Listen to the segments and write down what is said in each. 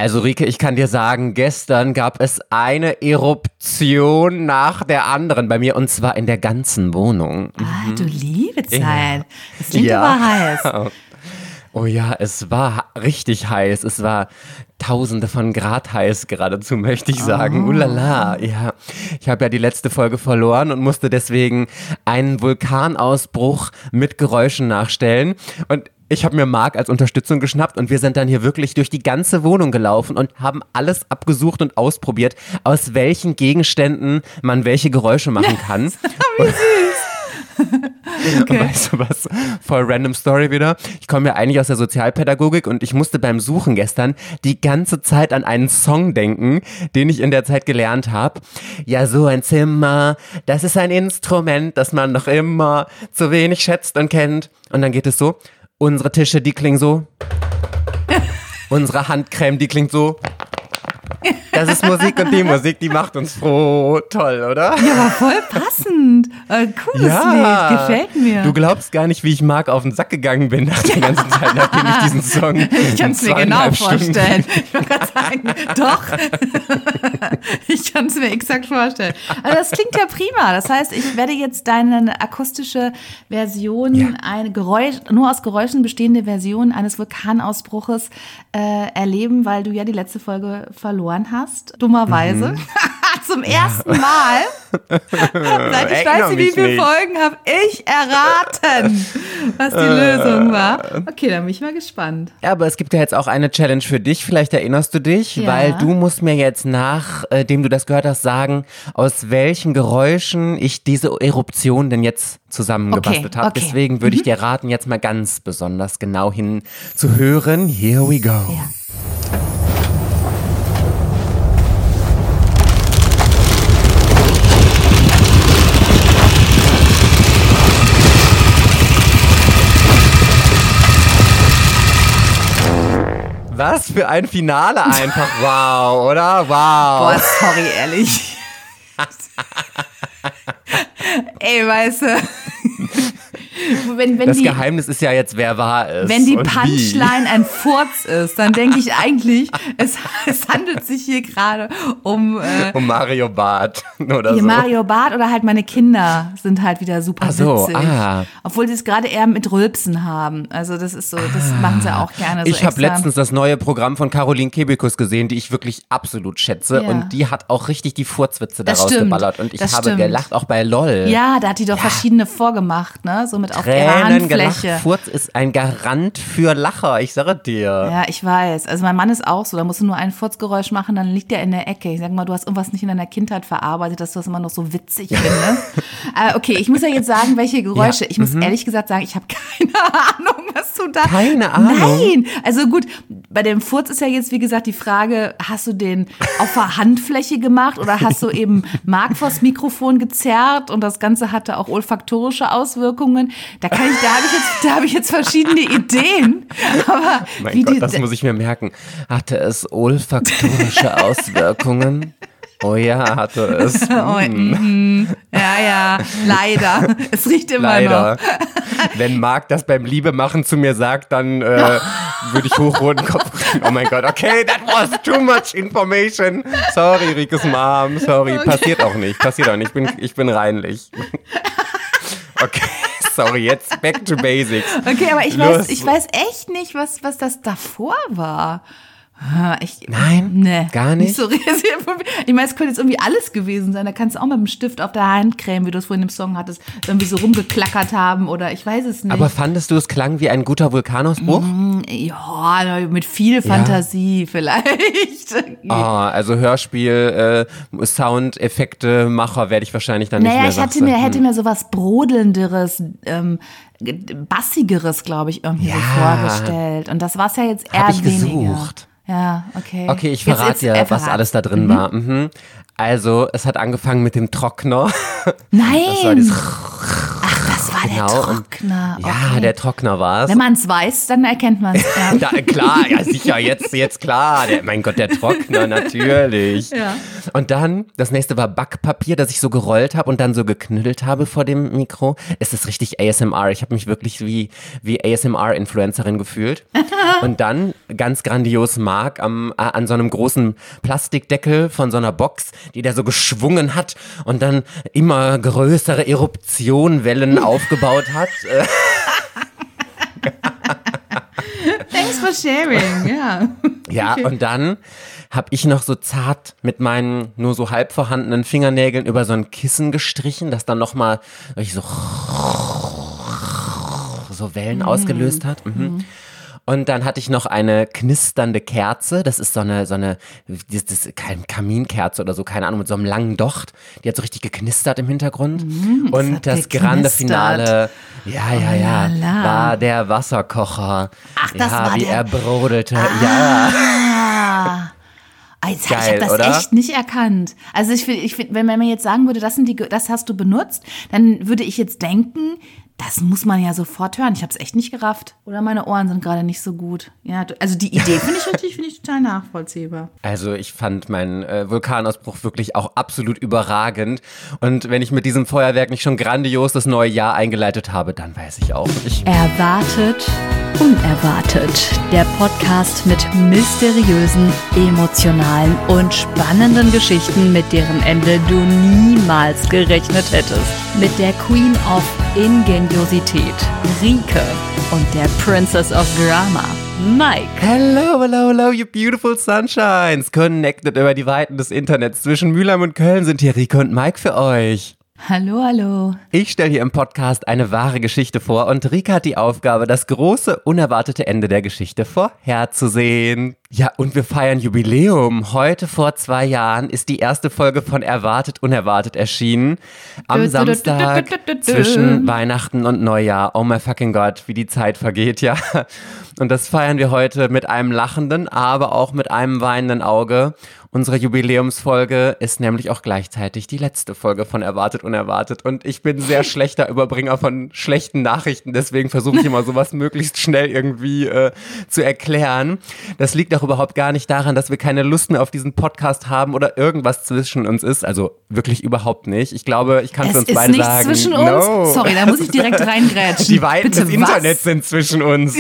Also Rike, ich kann dir sagen, gestern gab es eine Eruption nach der anderen bei mir und zwar in der ganzen Wohnung. Ah, du liebe Zeit. Ja. Das klingt aber heiß. Oh ja, es war richtig heiß. Es war Tausende von Grad heiß geradezu, möchte ich sagen. Ulala, ja. Ich habe ja die letzte Folge verloren und musste deswegen einen Vulkanausbruch mit Geräuschen nachstellen. Und ich habe mir Marc als Unterstützung geschnappt und wir sind dann hier wirklich durch die ganze Wohnung gelaufen und haben alles abgesucht und ausprobiert, aus welchen Gegenständen man welche Geräusche machen kann. Wie süß. Okay. Und weißt du was? Voll random Story wieder. Ich komme ja eigentlich aus der Sozialpädagogik und ich musste beim Suchen gestern die ganze Zeit an einen Song denken, den ich in der Zeit gelernt habe. Ja, so ein Zimmer, das ist ein Instrument, das man noch immer zu wenig schätzt und kennt. Und dann geht es so, unsere Tische, die klingen so. Unsere Handcreme, die klingt so. Das ist Musik und die Musik, die macht uns froh. Toll, oder? Ja, aber voll passend. Cooles Lied, gefällt mir. Du glaubst gar nicht, wie ich Marc auf den Sack gegangen bin nach der ganzen Zeit, nachdem ich diesen Song Ich kann es mir genau vorstellen. Ich wollte gerade sagen, doch. Ich kann es mir exakt vorstellen. Aber das klingt ja prima. Das heißt, ich werde jetzt deine akustische Version, eine nur aus Geräuschen bestehende Version eines Vulkanausbruches erleben, weil du ja die letzte Folge verloren hast. Dummerweise. Zum ersten Mal. Seit ich weiß nicht, wie viele Folgen habe ich erraten, was die Lösung war. Okay, dann bin ich mal gespannt. Ja, aber es gibt ja jetzt auch eine Challenge für dich. Vielleicht erinnerst du dich, weil du musst mir jetzt nachdem du das gehört hast, sagen, aus welchen Geräuschen ich diese Eruption denn jetzt zusammengebastelt habe. Deswegen würde ich dir raten, jetzt mal ganz besonders genau hin zu hören. Here we go. Ja. Was für ein Finale einfach. Wow, oder? Wow. Boah, sorry, ehrlich. Ey, weißt du. Wenn das Geheimnis ist ja jetzt, wer wahr ist. Wenn die Punchline ein Furz ist, dann denke ich eigentlich, es handelt sich hier gerade um Mario Barth oder so. Mario Barth oder halt meine Kinder sind halt wieder super witzig. Obwohl sie es gerade eher mit Rülpsen haben. Also das ist so, das machen sie auch gerne so. Ich habe letztens das neue Programm von Caroline Kebekus gesehen, die ich wirklich absolut schätze. Ja. Und die hat auch richtig die Furzwitze daraus geballert. Und ich habe gelacht, auch bei LOL. Ja, da hat die doch verschiedene vorgemacht, ne? So mit auf ihrer Tränen Handfläche. Gelacht. Furz ist ein Garant für Lacher, ich sage dir. Ja, ich weiß. Also mein Mann ist auch so, da musst du nur ein Furzgeräusch machen, dann liegt er in der Ecke. Ich sag mal, du hast irgendwas nicht in deiner Kindheit verarbeitet, dass du das immer noch so witzig findest. Okay, ich muss ja jetzt sagen, welche Geräusche. Ich muss ehrlich gesagt sagen, ich habe keine Ahnung, was du da... Keine Ahnung? Nein! Also gut, bei dem Furz ist ja jetzt, wie gesagt, die Frage, hast du den auf der Handfläche gemacht oder hast du eben Marc vors Mikrofon gezerrt und das Ganze hatte auch olfaktorische Auswirkungen? Da habe ich jetzt verschiedene Ideen. Aber mein Gott, das muss ich mir merken. Hatte es olfaktorische Auswirkungen? Oh ja, hatte es. Ja, leider. Es riecht immer noch. Wenn Marc das beim Liebemachen zu mir sagt, dann würde ich hochroten Kopf kriegen. Oh mein Gott, okay, that was too much information. Sorry, Rikes Mom, sorry. Okay. Passiert auch nicht. Ich bin reinlich. Okay. Sorry, jetzt back to basics. Okay, aber ich weiß echt nicht, was das davor war. Nein, gar nicht. So, ich meine, es könnte jetzt irgendwie alles gewesen sein. Da kannst du auch mit dem Stift auf der Handcreme, wie du es vorhin im Song hattest, irgendwie so rumgeklackert haben oder ich weiß es nicht. Aber fandest du, es klang wie ein guter Vulkanausbruch? Ja, mit viel Fantasie vielleicht. Also Hörspiel, Soundeffekte, Macher werde ich wahrscheinlich dann nicht mehr sagen. Ich hätte mir sowas Brodelnderes, bassigeres, glaube ich, irgendwie so vorgestellt. Und das war es ja jetzt eher weniger. Gesucht. Ja, okay. Okay, ich verrate dir, was alles da drin war. Also, es hat angefangen mit dem Trockner. Nein! Das war genau. Der Trockner. Und, ja, der Trockner war es. Wenn man es weiß, dann erkennt man es. Ja. Klar, ja sicher, jetzt klar. Mein Gott, der Trockner, natürlich. Ja. Und dann, das nächste war Backpapier, das ich so gerollt habe und dann so geknüttelt habe vor dem Mikro. Es ist richtig ASMR. Ich habe mich wirklich wie ASMR-Influencerin gefühlt. Und dann, ganz grandios Marc an so einem großen Plastikdeckel von so einer Box, die der so geschwungen hat und dann immer größere Eruptionwellen aufgebaut hat. Thanks for sharing, ja. Ja, okay. Und dann habe ich noch so zart mit meinen nur so halb vorhandenen Fingernägeln über so ein Kissen gestrichen, das dann nochmal so Wellen ausgelöst hat. Mhm. Und dann hatte ich noch eine knisternde Kerze, das ist so eine das ist keine Kaminkerze oder so, keine Ahnung, mit so einem langen Docht, die hat so richtig geknistert im Hintergrund. Und das grande Finale, war der Wasserkocher. Ach, das war wie der. er brodelte, Ich Geil, habe das oder? echt nicht erkannt. Also ich find, wenn man mir jetzt sagen würde, das hast du benutzt, dann würde ich jetzt denken, das muss man ja sofort hören. Ich habe es echt nicht gerafft. Oder meine Ohren sind gerade nicht so gut. Ja, also die Idee finde ich total nachvollziehbar. Also ich fand meinen Vulkanausbruch wirklich auch absolut überragend. Und wenn ich mit diesem Feuerwerk nicht schon grandios das neue Jahr eingeleitet habe, dann weiß ich auch nicht. Erwartet, unerwartet. Der Podcast mit mysteriösen, emotionalen und spannenden Geschichten, mit deren Ende du niemals gerechnet hättest. Mit der Queen of Ingeniosität, Rike, und der Princess of Drama, Mike. Hello, you beautiful sunshines. Connected über die Weiten des Internets. Zwischen Mülheim und Köln sind hier Rike und Mike für euch. Hallo. Ich stelle hier im Podcast eine wahre Geschichte vor und Rike hat die Aufgabe, das große, unerwartete Ende der Geschichte vorherzusehen. Ja, und wir feiern Jubiläum. Heute vor 2 Jahren ist die erste Folge von Erwartet, Unerwartet erschienen. Am Samstag zwischen Weihnachten und Neujahr. Oh my fucking Gott, wie die Zeit vergeht, ja. Und das feiern wir heute mit einem lachenden, aber auch mit einem weinenden Auge. Unsere Jubiläumsfolge ist nämlich auch gleichzeitig die letzte Folge von Erwartet, Unerwartet. Und ich bin sehr schlechter Überbringer von schlechten Nachrichten. Deswegen versuche ich immer sowas möglichst schnell irgendwie zu erklären. Das liegt auch überhaupt gar nicht daran, dass wir keine Lust mehr auf diesen Podcast haben oder irgendwas zwischen uns ist. Also wirklich überhaupt nicht. Ich glaube, ich kann es uns beide sagen. Es ist nichts zwischen uns? Sorry, da muss ich direkt reingrätschen. Die Weiten des Internets sind zwischen uns.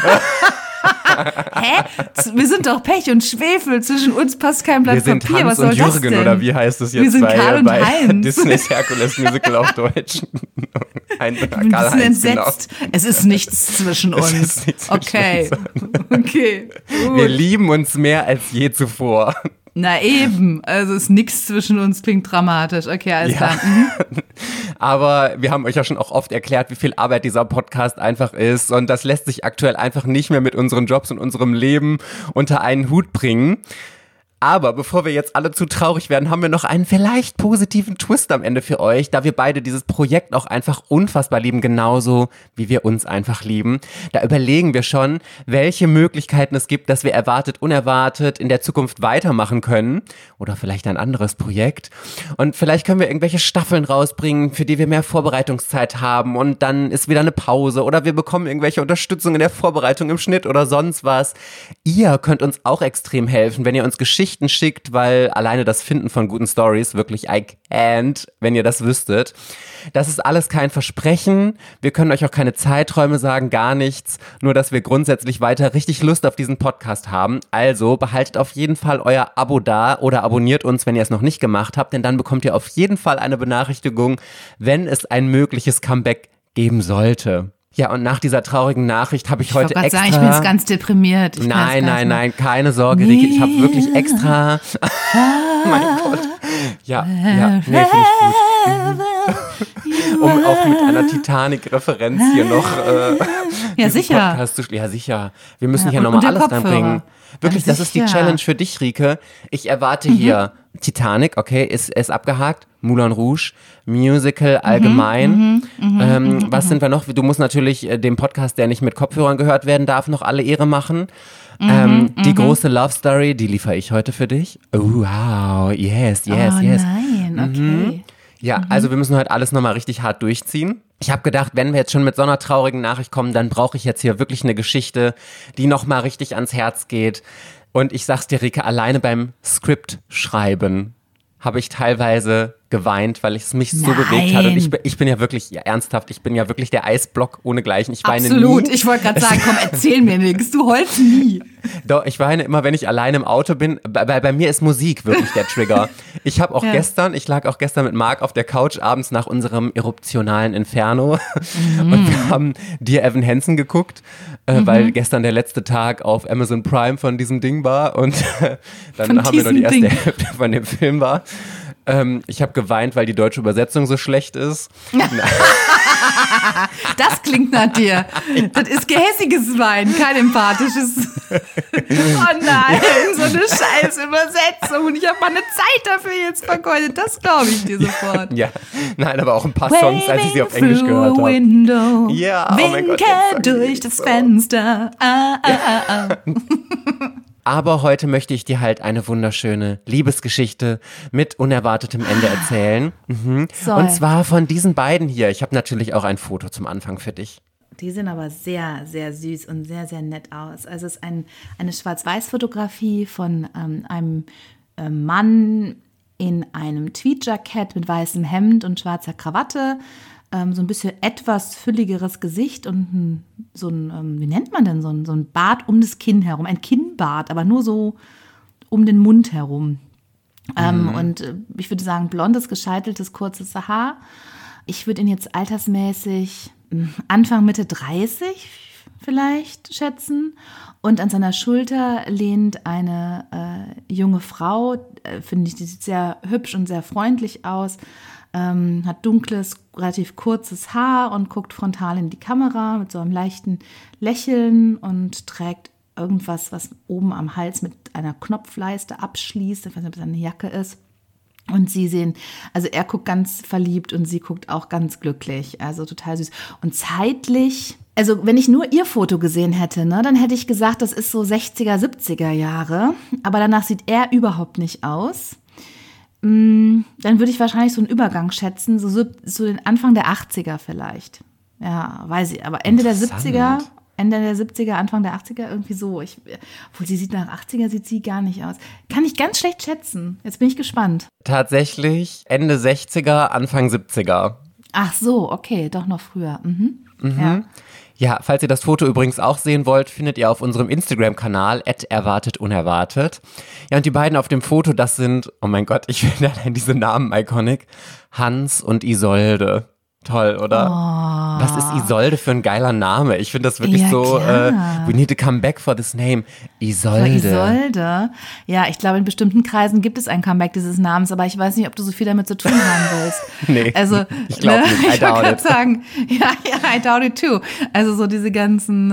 Hä? Wir sind doch Pech und Schwefel. Zwischen uns passt kein Blatt Papier. Hans Was soll und Jürgen, das denn? Oder wie heißt es jetzt wir sind Karl und bei Heinz. Disneys Herkules Musical auf Deutsch? Ich bin ein bisschen entsetzt. Genau. Es ist nichts zwischen uns. Es ist nichts zwischen uns. Okay. Gut. Wir lieben uns mehr als je zuvor. Na eben, also ist nichts zwischen uns, klingt dramatisch. Okay, alles klar. Aber wir haben euch ja schon auch oft erklärt, wie viel Arbeit dieser Podcast einfach ist und das lässt sich aktuell einfach nicht mehr mit unseren Jobs und unserem Leben unter einen Hut bringen. Aber bevor wir jetzt alle zu traurig werden, haben wir noch einen vielleicht positiven Twist am Ende für euch, da wir beide dieses Projekt auch einfach unfassbar lieben, genauso wie wir uns einfach lieben. Da überlegen wir schon, welche Möglichkeiten es gibt, dass wir erwartet, unerwartet in der Zukunft weitermachen können oder vielleicht ein anderes Projekt. Und vielleicht können wir irgendwelche Staffeln rausbringen, für die wir mehr Vorbereitungszeit haben und dann ist wieder eine Pause oder wir bekommen irgendwelche Unterstützung in der Vorbereitung im Schnitt oder sonst was. Ihr könnt uns auch extrem helfen, wenn ihr uns Geschichten schickt, weil alleine das Finden von guten Stories wirklich I can't, wenn ihr das wüsstet. Das ist alles kein Versprechen. Wir können euch auch keine Zeiträume sagen, gar nichts. Nur, dass wir grundsätzlich weiter richtig Lust auf diesen Podcast haben. Also behaltet auf jeden Fall euer Abo da oder abonniert uns, wenn ihr es noch nicht gemacht habt, denn dann bekommt ihr auf jeden Fall eine Benachrichtigung, wenn es ein mögliches Comeback geben sollte. Ja, und nach dieser traurigen Nachricht habe ich heute extra... Ich bin jetzt ganz deprimiert. Nein, keine Sorge, Rike, ich habe wirklich extra... mein Gott. Ja, nee, finde ich gut. Um auch mit einer Titanic-Referenz hier noch... ja, sicher. Podcast ja, sicher. Wir müssen hier nochmal alles reinbringen. Wirklich, das ist die Challenge für dich, Rike. Ich erwarte hier Titanic, okay, ist abgehakt. Moulin Rouge, Musical allgemein. Was sind wir noch? Du musst natürlich dem Podcast, der nicht mit Kopfhörern gehört werden darf, noch alle Ehre machen. Die große Love Story, die liefere ich heute für dich. Oh, wow, yes. Nein, okay. Ja, also wir müssen heute alles nochmal richtig hart durchziehen. Ich habe gedacht, wenn wir jetzt schon mit so einer traurigen Nachricht kommen, dann brauche ich jetzt hier wirklich eine Geschichte, die nochmal richtig ans Herz geht. Und ich sag's dir, Rike, alleine beim Skript schreiben habe ich teilweise geweint, weil es mich so bewegt hat. Und ich bin ja wirklich, ja, ernsthaft, ich bin ja wirklich der Eisblock ohnegleichen. Ich weine Absolut, nie. ich wollte gerade sagen, komm, erzähl mir nichts, du heulst nie. Doch, ich weine immer, wenn ich alleine im Auto bin. Bei mir ist Musik wirklich der Trigger. Ich lag auch gestern mit Marc auf der Couch abends nach unserem eruptionalen Inferno und wir haben Dear Evan Hansen geguckt, weil gestern der letzte Tag auf Amazon Prime von diesem Ding war und dann haben wir noch die erste Hälfte von dem Film war. Ich habe geweint, weil die deutsche Übersetzung so schlecht ist. Das klingt nach dir. Das ist gehässiges Weinen, kein empathisches. Oh nein, so eine scheiß Übersetzung. Und ich habe meine Zeit dafür jetzt vergeudet. Das glaube ich dir sofort. Ja, nein, aber auch ein paar Songs, als ich sie auf Englisch gehört habe. Window, ja, oh mein Gott, durch das Fenster. Aber heute möchte ich dir halt eine wunderschöne Liebesgeschichte mit unerwartetem Ende erzählen. Und zwar von diesen beiden hier. Ich habe natürlich auch ein Foto zum Anfang für dich. Die sehen aber sehr, sehr süß und sehr, sehr nett aus. Also es ist eine Schwarz-Weiß-Fotografie von einem Mann in einem Tweedjackett mit weißem Hemd und schwarzer Krawatte. So ein bisschen etwas fülligeres Gesicht und so ein, wie nennt man denn, so ein Bart um das Kinn herum. Ein Kinnbart, aber nur so um den Mund herum. Und ich würde sagen, blondes, gescheiteltes, kurzes Haar. Ich würde ihn jetzt altersmäßig Anfang, Mitte 30 vielleicht schätzen. Und an seiner Schulter lehnt eine junge Frau, finde ich, die sieht sehr hübsch und sehr freundlich aus. Hat dunkles, relativ kurzes Haar und guckt frontal in die Kamera mit so einem leichten Lächeln und trägt irgendwas, was oben am Hals mit einer Knopfleiste abschließt. Ich weiß nicht, ob es eine Jacke ist. Und sie sehen, also er guckt ganz verliebt und sie guckt auch ganz glücklich. Also total süß. Und zeitlich, also wenn ich nur ihr Foto gesehen hätte, ne, dann hätte ich gesagt, das ist so 60er, 70er Jahre. Aber danach sieht er überhaupt nicht aus. Dann würde ich wahrscheinlich so einen Übergang schätzen, so den Anfang der 80er vielleicht. Ja, weiß ich, aber Ende der 70er, Anfang der 80er, irgendwie so. Obwohl sie sieht nach 80er, sieht sie gar nicht aus. Kann ich ganz schlecht schätzen. Jetzt bin ich gespannt. Tatsächlich Ende 60er, Anfang 70er. Ach so, okay, doch noch früher. Ja. Ja, falls ihr das Foto übrigens auch sehen wollt, findet ihr auf unserem Instagram-Kanal @erwartetunerwartet. Ja, und die beiden auf dem Foto, das sind, oh mein Gott, ich finde allein diese Namen iconic, Hans und Isolde. Toll, oder? Oh. Was ist Isolde für ein geiler Name? Ich finde das wirklich so, we need to come back for this name. Isolde. Isolde. Ja, ich glaube, in bestimmten Kreisen gibt es ein Comeback dieses Namens, aber ich weiß nicht, ob du so viel damit zu tun haben willst. Nee, also, ich glaube nicht, I doubt it. Sagen, ja, I doubt it too. Also so diese ganzen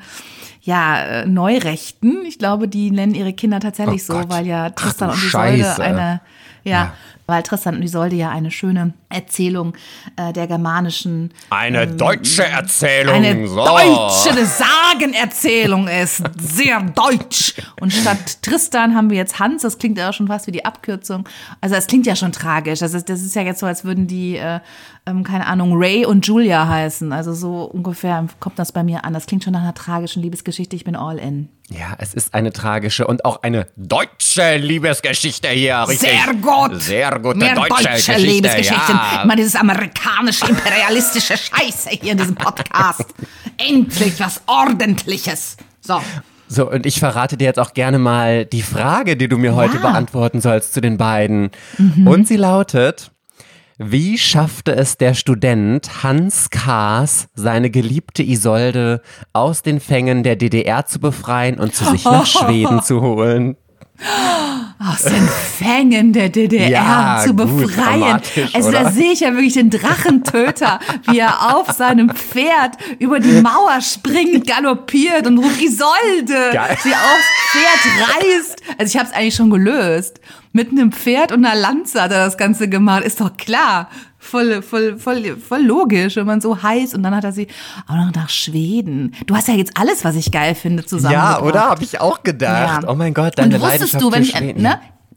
Neurechten, ich glaube, die nennen ihre Kinder tatsächlich so, weil ja Tristan und Isolde weil Tristan und Isolde ja eine schöne Erzählung der germanischen... Eine deutsche Erzählung. Eine deutsche Sagenerzählung ist. Sehr deutsch. Und statt Tristan haben wir jetzt Hans. Das klingt ja schon fast wie die Abkürzung. Also das klingt ja schon tragisch. Das ist ja jetzt so, als würden die, keine Ahnung, Ray und Julia heißen. Also so ungefähr kommt das bei mir an. Das klingt schon nach einer tragischen Liebesgeschichte. Ich bin all in. Ja, es ist eine tragische und auch eine deutsche Liebesgeschichte hier. Richtig. Sehr gut. Sehr gute Mehr deutsche Liebesgeschichten. Ja. Immer dieses amerikanische, imperialistische Scheiße hier in diesem Podcast. Endlich was Ordentliches. So, und ich verrate dir jetzt auch gerne mal die Frage, die du mir heute beantworten sollst zu den beiden. Und sie lautet: Wie schaffte es der Student Hans Kaas, seine geliebte Isolde aus den Fängen der DDR zu befreien und zu sich nach Schweden zu holen? Aus den Fängen der DDR zu befreien. Also da sehe ich ja wirklich den Drachentöter, wie er auf seinem Pferd über die Mauer springt, galoppiert und ruft Isolde, sie aufs Pferd reißt. Also ich habe es eigentlich schon gelöst. Mit einem Pferd und einer Lanze hat er das Ganze gemacht, ist doch klar. Voll logisch, wenn man so heiß. Und dann hat er sie auch noch nach Schweden. Du hast ja jetzt alles, was ich geil finde, zusammengebracht. Ja, oder? Habe ich auch gedacht. Ja. Oh mein Gott, deine Leidenschaft für Schweden.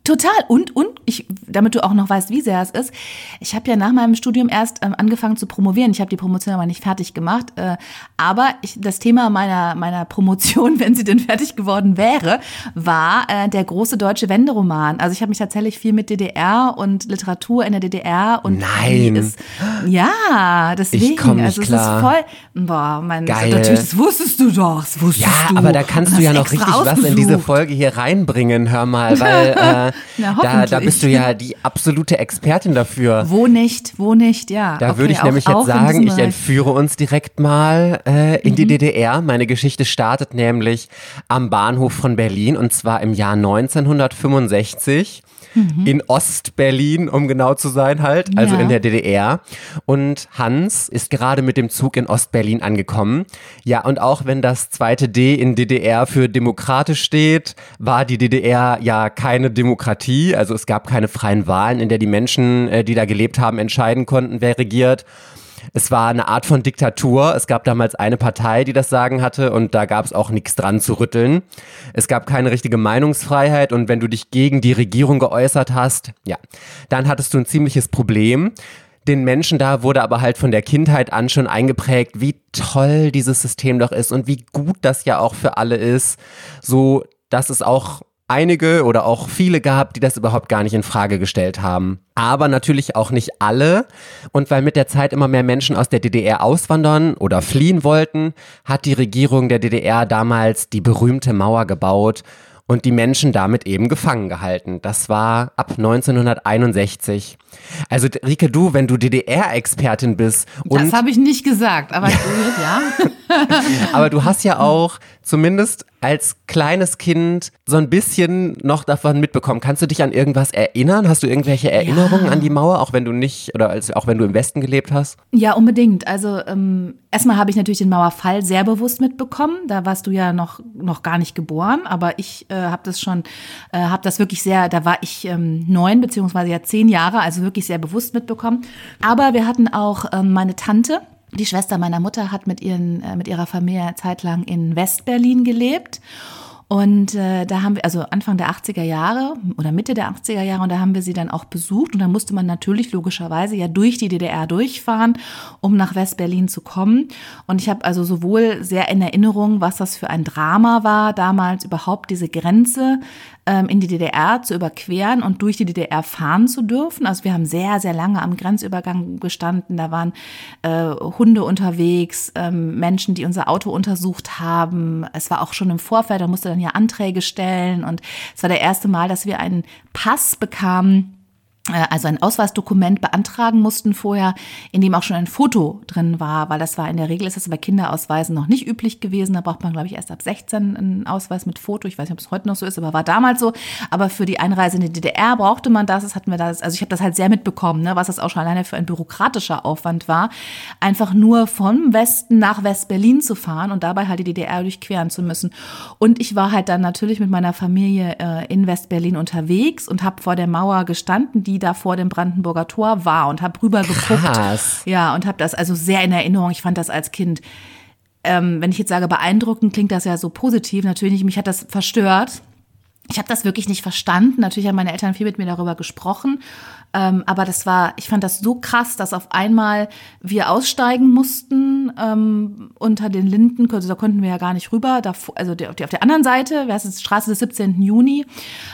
Total. Und damit du auch noch weißt, wie sehr es ist, ich habe ja nach meinem Studium erst angefangen zu promovieren. Ich habe die Promotion aber nicht fertig gemacht. Aber das Thema meiner Promotion, wenn sie denn fertig geworden wäre, war der große deutsche Wenderoman. Also ich habe mich tatsächlich viel mit DDR und Literatur in der DDR und Nein. Ja, deswegen. Ich komme nicht also klar. Es ist voll, Geil. Natürlich, das wusstest du doch, das wusstest du. Ja, aber da kannst Und du ja hast noch extra richtig was in diese ausgesucht. Folge hier reinbringen, hör mal, weil da bist du ja die absolute Expertin dafür. Wo nicht, ja. Da Okay, würde ich nämlich auch jetzt in sagen, diesem ich Bereich. entführe uns direkt mal in die DDR. Meine Geschichte startet nämlich am Bahnhof von Berlin und zwar im Jahr 1965. In Ostberlin, um genau zu sein halt, also Ja. in der DDR. Und Hans ist gerade mit dem Zug in Ostberlin angekommen. Ja, und auch wenn das zweite D in DDR für demokratisch steht, war die DDR ja keine Demokratie. Also es gab keine freien Wahlen, in der die Menschen, die da gelebt haben, entscheiden konnten, wer regiert. Es war eine Art von Diktatur. Es gab damals eine Partei, die das Sagen hatte und da gab es auch nichts dran zu rütteln. Es gab keine richtige Meinungsfreiheit und wenn du dich gegen die Regierung geäußert hast, ja, dann hattest du ein ziemliches Problem. Den Menschen da wurde aber halt von der Kindheit an schon eingeprägt, wie toll dieses System doch ist und wie gut das ja auch für alle ist, so dass es auch einige oder auch viele gab, die das überhaupt gar nicht in Frage gestellt haben. Aber natürlich auch nicht alle. Und weil mit der Zeit immer mehr Menschen aus der DDR auswandern oder fliehen wollten, hat die Regierung der DDR damals die berühmte Mauer gebaut und die Menschen damit eben gefangen gehalten. Das war ab 1961. Also Rike, du, wenn du DDR-Expertin bist und Das habe ich nicht gesagt, aber ja. aber du hast ja auch zumindest als kleines Kind so ein bisschen noch davon mitbekommen. Kannst du dich an irgendwas erinnern? Hast du irgendwelche Erinnerungen an die Mauer, auch wenn du nicht oder auch wenn du im Westen gelebt hast? Ja, unbedingt. Also erstmal habe ich natürlich den Mauerfall sehr bewusst mitbekommen. Da warst du ja noch gar nicht geboren, aber ich habe das schon, habe das wirklich sehr, da war ich 9 beziehungsweise ja 10 Jahre, also wirklich sehr bewusst mitbekommen. Aber wir hatten auch meine Tante, die Schwester meiner Mutter, hat mit ihrer Familie eine Zeit lang in Westberlin gelebt. Und da haben wir, also Anfang der 80er Jahre oder Mitte der 80er Jahre, und da haben wir sie dann auch besucht. Und da musste man natürlich logischerweise ja durch die DDR durchfahren, um nach Westberlin zu kommen. Und ich habe also sowohl sehr in Erinnerung, was das für ein Drama war, damals überhaupt diese Grenze in die DDR zu überqueren und durch die DDR fahren zu dürfen. Also wir haben sehr, sehr lange am Grenzübergang gestanden. Da waren Hunde unterwegs, Menschen, die unser Auto untersucht haben. Es war auch schon im Vorfeld, da musste dann ja Anträge stellen. Und es war das erste Mal, dass wir einen Pass bekamen, also ein Ausweisdokument beantragen mussten vorher, in dem auch schon ein Foto drin war, weil das war in der Regel, ist das bei Kinderausweisen noch nicht üblich gewesen. Da braucht man, glaube ich, erst ab 16 einen Ausweis mit Foto. Ich weiß nicht, ob es heute noch so ist, aber war damals so. Aber für die Einreise in die DDR brauchte man das hatten wir das, also ich habe das halt sehr mitbekommen, ne, was das auch schon alleine für ein bürokratischer Aufwand war, einfach nur vom Westen nach West-Berlin zu fahren und dabei halt die DDR durchqueren zu müssen. Und ich war halt dann natürlich mit meiner Familie in West-Berlin unterwegs und habe vor der Mauer gestanden, die da vor dem Brandenburger Tor war und habe rüber geguckt. Krass. Ja, und habe das also sehr in Erinnerung. Ich fand das als Kind, wenn ich jetzt sage beeindruckend, klingt das ja so positiv. Natürlich nicht, mich hat das verstört. Ich habe das wirklich nicht verstanden. Natürlich haben meine Eltern viel mit mir darüber gesprochen. Aber ich fand das so krass, dass auf einmal wir aussteigen mussten unter den Linden. Also da konnten wir ja gar nicht rüber. Also auf der anderen Seite, wer ist es, Straße des 17. Juni,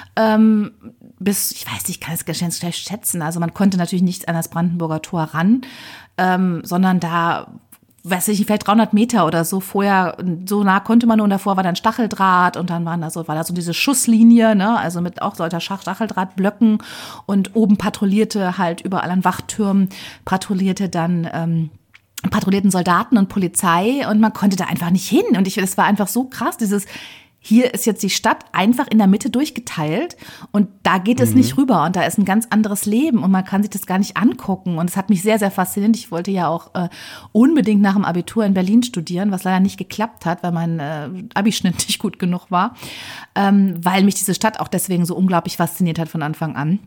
bis, ich weiß nicht, ich kann es gleich schätzen. Also man konnte natürlich nicht an das Brandenburger Tor ran, sondern da, weiß ich nicht, vielleicht 300 Meter oder so vorher, so nah konnte man nur, und davor war dann Stacheldraht und dann war da so diese Schusslinie, ne, also mit auch solcher Stacheldrahtblöcken, und oben patrouillierte halt überall an Wachtürmen, patrouillierten Soldaten und Polizei, und man konnte da einfach nicht hin, und das war einfach so krass, hier ist jetzt die Stadt einfach in der Mitte durchgeteilt und da geht es nicht rüber und da ist ein ganz anderes Leben und man kann sich das gar nicht angucken, und es hat mich sehr, sehr fasziniert. Ich wollte ja auch unbedingt nach dem Abitur in Berlin studieren, was leider nicht geklappt hat, weil mein Abischnitt nicht gut genug war, weil mich diese Stadt auch deswegen so unglaublich fasziniert hat von Anfang an.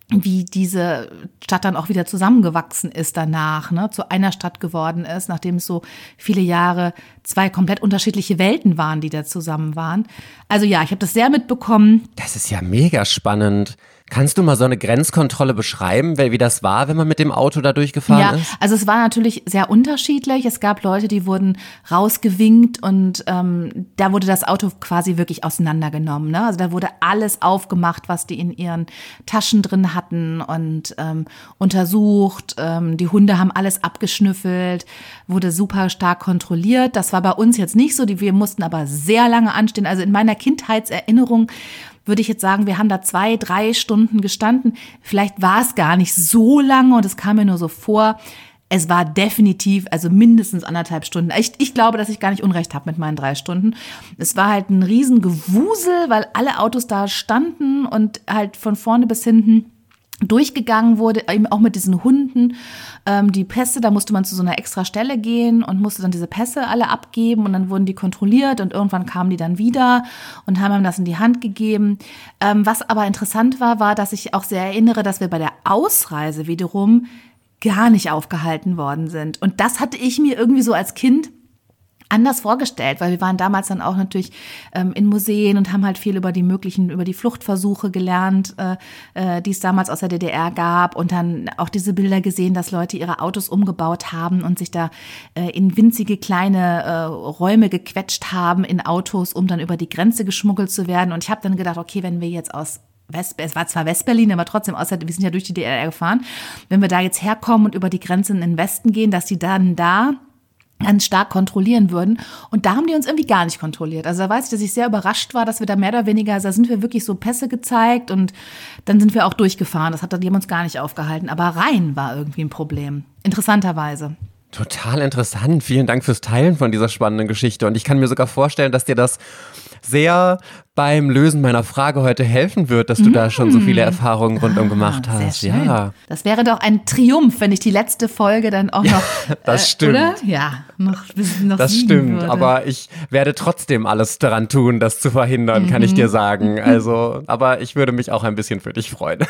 wie diese Stadt dann auch wieder zusammengewachsen ist danach, ne, zu einer Stadt geworden ist, nachdem es so viele Jahre 2 komplett unterschiedliche Welten waren, die da zusammen waren. Also ja, ich habe das sehr mitbekommen. Das ist ja mega spannend. Kannst du mal so eine Grenzkontrolle beschreiben, wie das war, wenn man mit dem Auto da durchgefahren ist? Ja, also es war natürlich sehr unterschiedlich. Es gab Leute, die wurden rausgewinkt und da wurde das Auto quasi wirklich auseinandergenommen. Ne? Also da wurde alles aufgemacht, was die in ihren Taschen drin hatten und untersucht. Die Hunde haben alles abgeschnüffelt, wurde super stark kontrolliert. Das war bei uns jetzt nicht so. Wir mussten aber sehr lange anstehen. Also in meiner Kindheitserinnerung würde ich jetzt sagen, wir haben da 2-3 Stunden gestanden. Vielleicht war es gar nicht so lange und es kam mir nur so vor. Es war definitiv, also mindestens 1,5 Stunden. Ich glaube, dass ich gar nicht Unrecht habe mit meinen 3 Stunden. Es war halt ein Riesengewusel, weil alle Autos da standen und halt von vorne bis hinten durchgegangen wurde, eben auch mit diesen Hunden. Die Pässe, da musste man zu so einer extra Stelle gehen und musste dann diese Pässe alle abgeben und dann wurden die kontrolliert und irgendwann kamen die dann wieder und haben ihm das in die Hand gegeben. Was aber interessant war, dass ich auch sehr erinnere, dass wir bei der Ausreise wiederum gar nicht aufgehalten worden sind. Und das hatte ich mir irgendwie so als Kind anders vorgestellt, weil wir waren damals dann auch natürlich in Museen und haben halt viel über die Fluchtversuche gelernt, die es damals aus der DDR gab und dann auch diese Bilder gesehen, dass Leute ihre Autos umgebaut haben und sich da in winzige kleine Räume gequetscht haben in Autos, um dann über die Grenze geschmuggelt zu werden. Und ich habe dann gedacht, okay, wenn wir jetzt aus es war zwar Westberlin, aber trotzdem, wir sind ja durch die DDR gefahren, wenn wir da jetzt herkommen und über die Grenze in den Westen gehen, dass die dann da ganz stark kontrollieren würden. Und da haben die uns irgendwie gar nicht kontrolliert. Also da weiß ich, dass ich sehr überrascht war, dass wir da mehr oder weniger, also da sind wir wirklich so Pässe gezeigt und dann sind wir auch durchgefahren. Die haben uns gar nicht aufgehalten. Aber rein war irgendwie ein Problem. Interessanterweise. Total interessant. Vielen Dank fürs Teilen von dieser spannenden Geschichte. Und ich kann mir sogar vorstellen, dass dir das sehr beim Lösen meiner Frage heute helfen wird, dass du da schon so viele Erfahrungen rundum gemacht hast. Sehr schön. Ja. Das wäre doch ein Triumph, wenn ich die letzte Folge dann auch noch, das stimmt. Oder? Ja, noch das stimmt, würde. Aber ich werde trotzdem alles daran tun, das zu verhindern, kann ich dir sagen. Also, aber ich würde mich auch ein bisschen für dich freuen.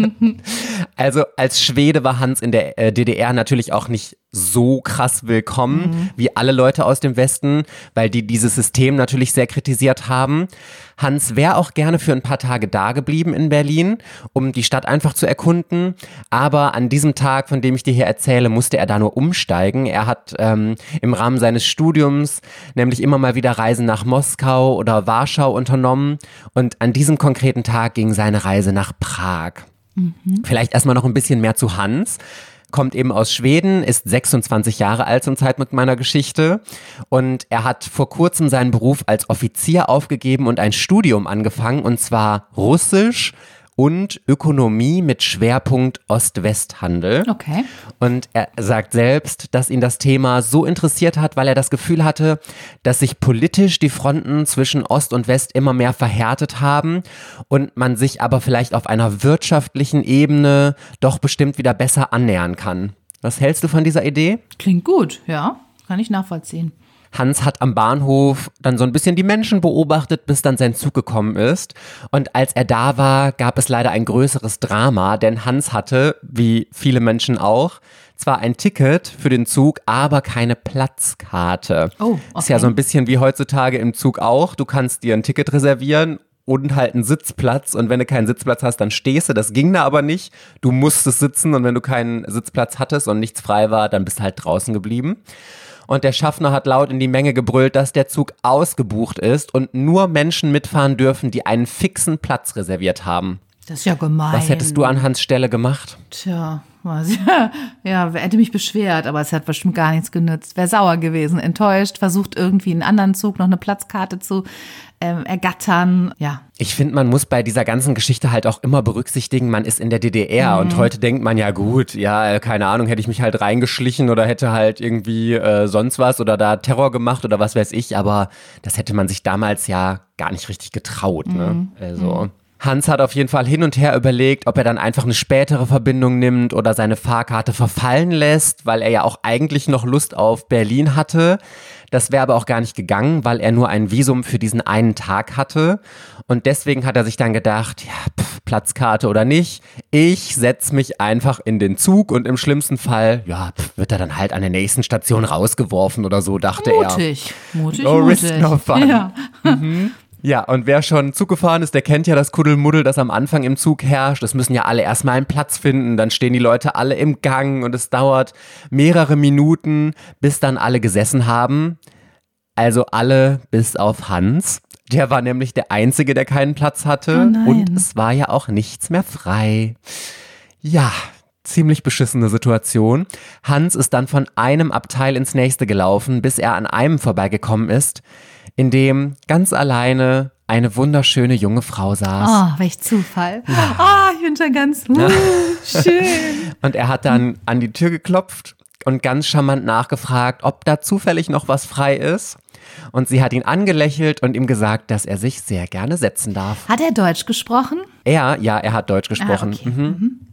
Also als Schwede war Hans in der DDR natürlich auch nicht so krass willkommen wie alle Leute aus dem Westen, weil die dieses System natürlich sehr kritisiert haben. Hans wäre auch gerne für ein paar Tage da geblieben in Berlin, um die Stadt einfach zu erkunden. Aber an diesem Tag, von dem ich dir hier erzähle, musste er da nur umsteigen. Er hat im Rahmen seines Studiums nämlich immer mal wieder Reisen nach Moskau oder Warschau unternommen. Und an diesem konkreten Tag ging seine Reise nach Prag. Vielleicht erstmal noch ein bisschen mehr zu Hans. Kommt eben aus Schweden, ist 26 Jahre alt zum Zeitpunkt meiner Geschichte und er hat vor kurzem seinen Beruf als Offizier aufgegeben und ein Studium angefangen, und zwar Russisch und Ökonomie mit Schwerpunkt Ost-West-Handel. Okay. Und er sagt selbst, dass ihn das Thema so interessiert hat, weil er das Gefühl hatte, dass sich politisch die Fronten zwischen Ost und West immer mehr verhärtet haben und man sich aber vielleicht auf einer wirtschaftlichen Ebene doch bestimmt wieder besser annähern kann. Was hältst du von dieser Idee? Klingt gut, ja, kann ich nachvollziehen. Hans hat am Bahnhof dann so ein bisschen die Menschen beobachtet, bis dann sein Zug gekommen ist. Und als er da war, gab es leider ein größeres Drama, denn Hans hatte, wie viele Menschen auch, zwar ein Ticket für den Zug, aber keine Platzkarte. Oh, okay. Ist ja so ein bisschen wie heutzutage im Zug auch. Du kannst dir ein Ticket reservieren und halt einen Sitzplatz, und wenn du keinen Sitzplatz hast, dann stehst du. Das ging da aber nicht. Du musstest sitzen, und wenn du keinen Sitzplatz hattest und nichts frei war, dann bist du halt draußen geblieben. Und der Schaffner hat laut in die Menge gebrüllt, dass der Zug ausgebucht ist und nur Menschen mitfahren dürfen, die einen fixen Platz reserviert haben. Das ist ja gemein. Was hättest du an Hans Stelle gemacht? Tja, ja, hätte mich beschwert, aber es hat bestimmt gar nichts genützt. Wäre sauer gewesen, enttäuscht, versucht irgendwie einen anderen Zug noch eine Platzkarte zu ergattern, ja. Ich finde, man muss bei dieser ganzen Geschichte halt auch immer berücksichtigen, man ist in der DDR und heute denkt man, ja gut, ja, keine Ahnung, hätte ich mich halt reingeschlichen oder hätte halt irgendwie sonst was oder da Terror gemacht oder was weiß ich, aber das hätte man sich damals ja gar nicht richtig getraut, ne? Also Hans hat auf jeden Fall hin und her überlegt, ob er dann einfach eine spätere Verbindung nimmt oder seine Fahrkarte verfallen lässt, weil er ja auch eigentlich noch Lust auf Berlin hatte. Das wäre aber auch gar nicht gegangen, weil er nur ein Visum für diesen einen Tag hatte. Und deswegen hat er sich dann gedacht, ja, Platzkarte oder nicht, ich setze mich einfach in den Zug und im schlimmsten Fall, ja, wird er dann halt an der nächsten Station rausgeworfen oder so, dachte er. Mutig. No risk, no fun. Ja. Ja, und wer schon Zug gefahren ist, der kennt ja das Kuddelmuddel, das am Anfang im Zug herrscht. Es müssen ja alle erstmal einen Platz finden, dann stehen die Leute alle im Gang und es dauert mehrere Minuten, bis dann alle gesessen haben. Also alle bis auf Hans. Der war nämlich der Einzige, der keinen Platz hatte. Oh nein. Und es war ja auch nichts mehr frei. Ja, ziemlich beschissene Situation. Hans ist dann von einem Abteil ins nächste gelaufen, bis er an einem vorbeigekommen ist, in dem ganz alleine eine wunderschöne junge Frau saß. Oh, welch Zufall. Ja. Ich bin schon ganz schön. Und er hat dann an die Tür geklopft und ganz charmant nachgefragt, ob da zufällig noch was frei ist. Und sie hat ihn angelächelt und ihm gesagt, dass er sich sehr gerne setzen darf. Hat er Deutsch gesprochen? Er hat Deutsch gesprochen. Okay.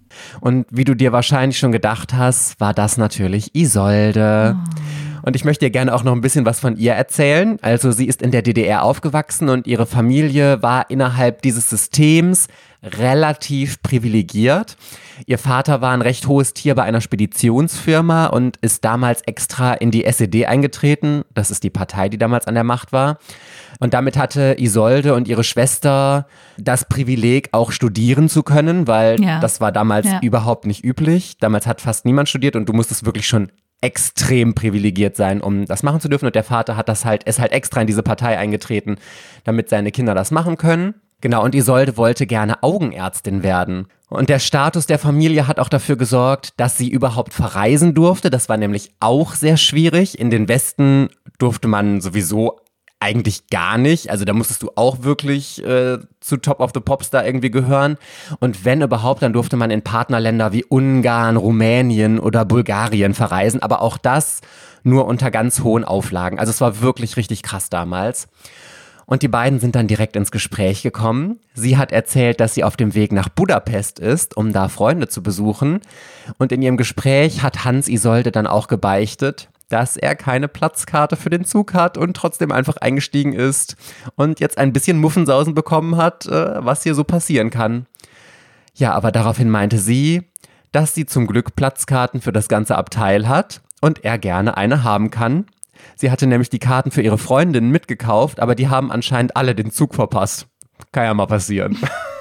Und wie du dir wahrscheinlich schon gedacht hast, war das natürlich Isolde. Und ich möchte dir gerne auch noch ein bisschen was von ihr erzählen. Also sie ist in der DDR aufgewachsen und ihre Familie war innerhalb dieses Systems relativ privilegiert. Ihr Vater war ein recht hohes Tier bei einer Speditionsfirma und ist damals extra in die SED eingetreten. Das ist die Partei, die damals an der Macht war. Und damit hatte Isolde und ihre Schwester das Privileg, auch studieren zu können, weil das war damals überhaupt nicht üblich. Damals hat fast niemand studiert und du musstest wirklich schon extrem privilegiert sein, um das machen zu dürfen. Und der Vater hat ist halt extra in diese Partei eingetreten, damit seine Kinder das machen können. Genau, und Isolde wollte gerne Augenärztin werden. Und der Status der Familie hat auch dafür gesorgt, dass sie überhaupt verreisen durfte. Das war nämlich auch sehr schwierig. In den Westen durfte man sowieso eigentlich gar nicht. Also da musstest du auch wirklich zu Top of the Pops da irgendwie gehören. Und wenn überhaupt, dann durfte man in Partnerländer wie Ungarn, Rumänien oder Bulgarien verreisen. Aber auch das nur unter ganz hohen Auflagen. Also es war wirklich richtig krass damals. Und die beiden sind dann direkt ins Gespräch gekommen. Sie hat erzählt, dass sie auf dem Weg nach Budapest ist, um da Freunde zu besuchen. Und in ihrem Gespräch hat Hans Isolde dann auch gebeichtet, dass er keine Platzkarte für den Zug hat und trotzdem einfach eingestiegen ist und jetzt ein bisschen Muffensausen bekommen hat, was hier so passieren kann. Ja, aber daraufhin meinte sie, dass sie zum Glück Platzkarten für das ganze Abteil hat und er gerne eine haben kann. Sie hatte nämlich die Karten für ihre Freundinnen mitgekauft, aber die haben anscheinend alle den Zug verpasst. Kann ja mal passieren.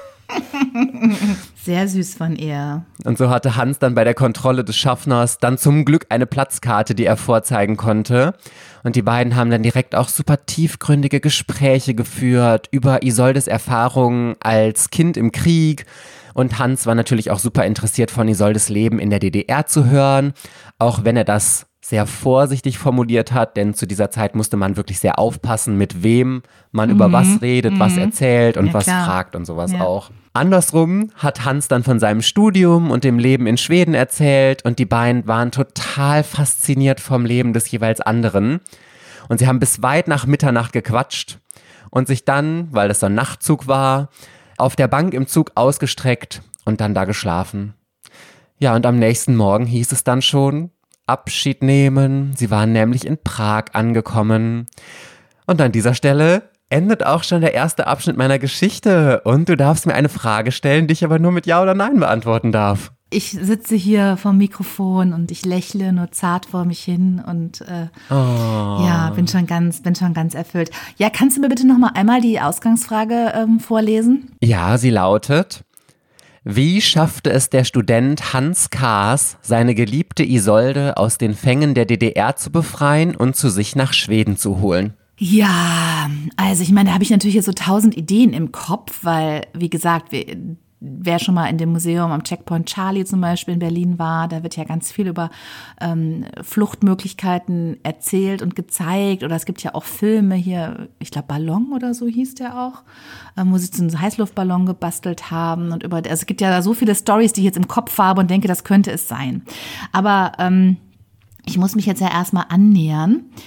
Sehr süß von ihr. Und so hatte Hans dann bei der Kontrolle des Schaffners dann zum Glück eine Platzkarte, die er vorzeigen konnte. Und die beiden haben dann direkt auch super tiefgründige Gespräche geführt über Isoldes Erfahrungen als Kind im Krieg. Und Hans war natürlich auch super interessiert, von Isoldes Leben in der DDR zu hören, auch wenn er das sehr vorsichtig formuliert hat, denn zu dieser Zeit musste man wirklich sehr aufpassen, mit wem man über was redet, was erzählt und was fragt und sowas auch. Andersrum hat Hans dann von seinem Studium und dem Leben in Schweden erzählt und die beiden waren total fasziniert vom Leben des jeweils anderen. Und sie haben bis weit nach Mitternacht gequatscht und sich dann, weil das so ein Nachtzug war, auf der Bank im Zug ausgestreckt und dann da geschlafen. Ja, und am nächsten Morgen hieß es dann schon, Abschied nehmen. Sie waren nämlich in Prag angekommen. Und an dieser Stelle endet auch schon der erste Abschnitt meiner Geschichte. Und du darfst mir eine Frage stellen, die ich aber nur mit Ja oder Nein beantworten darf. Ich sitze hier vorm Mikrofon und ich lächle nur zart vor mich hin und ja, bin schon ganz erfüllt. Ja, kannst du mir bitte noch mal einmal die Ausgangsfrage vorlesen? Ja, sie lautet: Wie schaffte es der Student Hans Kaas, seine geliebte Isolde aus den Fängen der DDR zu befreien und zu sich nach Schweden zu holen? Ja, also ich meine, da habe ich natürlich jetzt so 1000 Ideen im Kopf, weil, wie gesagt, wer schon mal in dem Museum am Checkpoint Charlie zum Beispiel in Berlin war, da wird ja ganz viel über Fluchtmöglichkeiten erzählt und gezeigt. Oder es gibt ja auch Filme hier, ich glaube Ballon oder so hieß der auch, wo sie so einen Heißluftballon gebastelt haben. Und also es gibt ja so viele Storys, die ich jetzt im Kopf habe und denke, das könnte es sein. Aber ich muss mich jetzt ja erstmal annähern.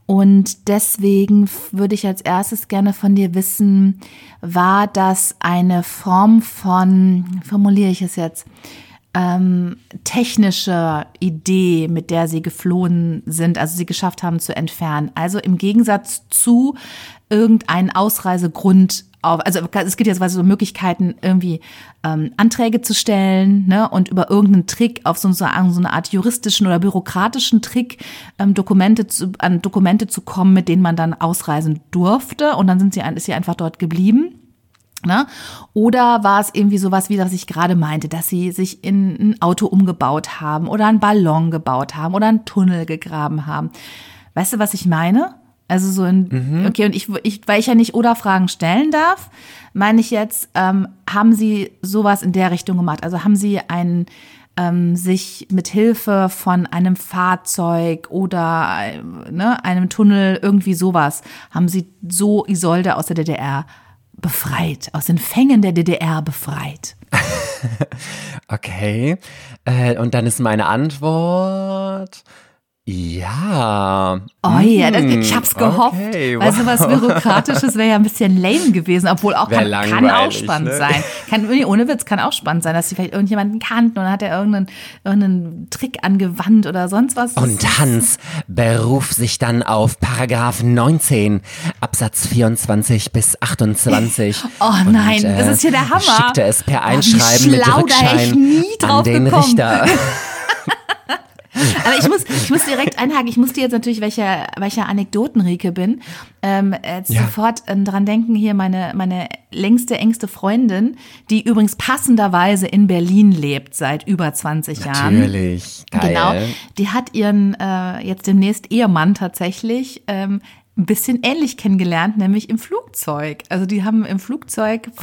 Und deswegen würde ich als erstes gerne von dir wissen, war das eine Form von, formuliere ich es jetzt, technische Idee, mit der sie geflohen sind, also sie geschafft haben zu entfernen. Also im Gegensatz zu irgendeinen Ausreisegrund also es gibt jetzt so Möglichkeiten, irgendwie Anträge zu stellen, ne, und über irgendeinen Trick auf so eine Art juristischen oder bürokratischen Trick an Dokumente zu kommen, mit denen man dann ausreisen durfte. Und dann ist sie einfach dort geblieben. Ne? Oder war es irgendwie sowas, wie das ich gerade meinte, dass sie sich in ein Auto umgebaut haben oder einen Ballon gebaut haben oder einen Tunnel gegraben haben. Weißt du, was ich meine? Also so okay, und weil ich ja nicht Oder-Fragen stellen darf, meine ich jetzt, haben Sie sowas in der Richtung gemacht? Also haben Sie sich mit Hilfe von einem Fahrzeug oder einem Tunnel, irgendwie sowas, haben Sie so Isolde aus der DDR befreit, aus den Fängen der DDR befreit? Okay, und dann ist meine Antwort... Ja. Oh ja, ich hab's gehofft. Okay, weil sowas Bürokratisches wäre ja ein bisschen lame gewesen, obwohl auch kann auch spannend sein. Ohne Witz, kann auch spannend sein, dass sie vielleicht irgendjemanden kannten und dann hat er irgendeinen Trick angewandt oder sonst was. Und Hans beruf sich dann auf Paragraph 19, Absatz 24 bis 28. Oh nein, das ist hier der Hammer. Schickte es per Einschreiben mit Rückschein an den Richter. Aber ich muss direkt einhaken. Ich muss dir jetzt natürlich, welcher Anekdotenrieke bin, sofort dran denken, hier meine längste, engste Freundin, die übrigens passenderweise in Berlin lebt seit über 20 Jahren. Natürlich, geil. Genau, die hat ihren jetzt demnächst Ehemann tatsächlich ein bisschen ähnlich kennengelernt, nämlich im Flugzeug. Also die haben im Flugzeug sie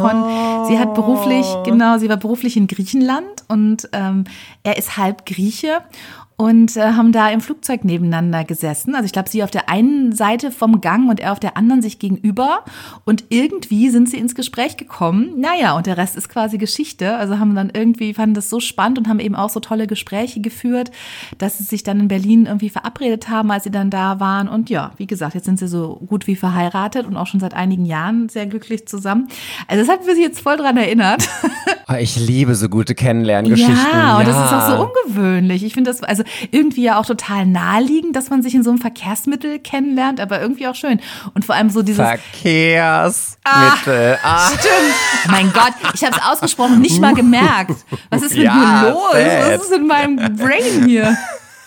war beruflich in Griechenland und er ist halb Grieche. Und haben da im Flugzeug nebeneinander gesessen. Also ich glaube, sie auf der einen Seite vom Gang und er auf der anderen sich gegenüber. Und irgendwie sind sie ins Gespräch gekommen. Naja, und der Rest ist quasi Geschichte. Also fanden das so spannend und haben eben auch so tolle Gespräche geführt, dass sie sich dann in Berlin irgendwie verabredet haben, als sie dann da waren. Und ja, wie gesagt, jetzt sind sie so gut wie verheiratet und auch schon seit einigen Jahren sehr glücklich zusammen. Also das hat mich jetzt voll dran erinnert. Ich liebe so gute Kennenlerngeschichten. Ja, und das ist auch so ungewöhnlich. Ich finde das also irgendwie ja auch total naheliegend, dass man sich in so einem Verkehrsmittel kennenlernt, aber irgendwie auch schön. Und vor allem so dieses Verkehrsmittel. Stimmt. Mein Gott, ich habe es ausgesprochen, nicht mal gemerkt. Was ist mit mir los? Was ist in meinem Brain hier?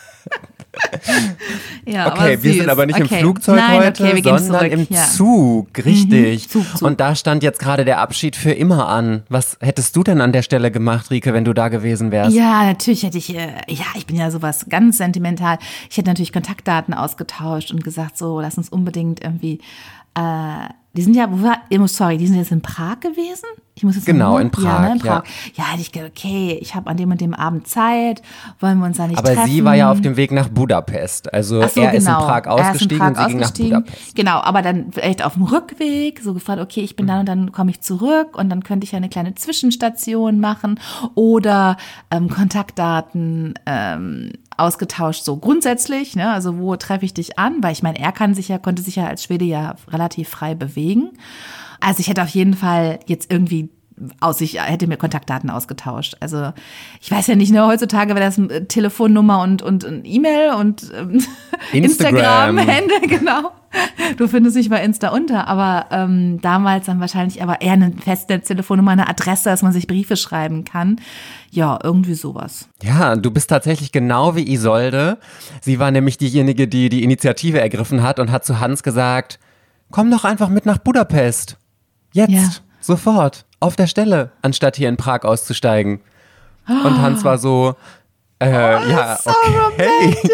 Ja, okay, wir sind aber nicht im Flugzeug heute, sondern im Zug, richtig. Zug. Und da stand jetzt gerade der Abschied für immer an. Was hättest du denn an der Stelle gemacht, Rike, wenn du da gewesen wärst? Ja, natürlich hätte ich, ich bin ja sowas ganz sentimental. Ich hätte natürlich Kontaktdaten ausgetauscht und gesagt, so, lass uns unbedingt irgendwie, die sind jetzt in Prag gewesen? Ich muss jetzt in Prag. Ja, in Prag. Ja, hätte ich gedacht, okay, ich habe an dem und dem Abend Zeit, wollen wir uns da nicht treffen? Aber sie war ja auf dem Weg nach Budapest. Also ist in Prag ausgestiegen und sie ging nach Budapest. Genau, aber dann vielleicht auf dem Rückweg so gefragt, okay, ich bin da und dann komme ich zurück und dann könnte ich ja eine kleine Zwischenstation machen oder Kontaktdaten ausgetauscht, so grundsätzlich, ne? Also wo treffe ich dich an? Weil ich meine, er konnte sich ja als Schwede ja relativ frei bewegen. Also ich hätte auf jeden Fall jetzt irgendwie hätte mir Kontaktdaten ausgetauscht. Also ich weiß ja nicht, ne, heutzutage wäre das Telefonnummer und E-Mail und Instagram-Hände, genau. Du findest mich bei Insta unter, aber damals dann wahrscheinlich aber eher eine feste Telefonnummer, eine Adresse, dass man sich Briefe schreiben kann. Ja, irgendwie sowas. Ja, du bist tatsächlich genau wie Isolde. Sie war nämlich diejenige, die die Initiative ergriffen hat und hat zu Hans gesagt, komm doch einfach mit nach Budapest. Jetzt, sofort, auf der Stelle, anstatt hier in Prag auszusteigen. Und Hans war so, so romantic.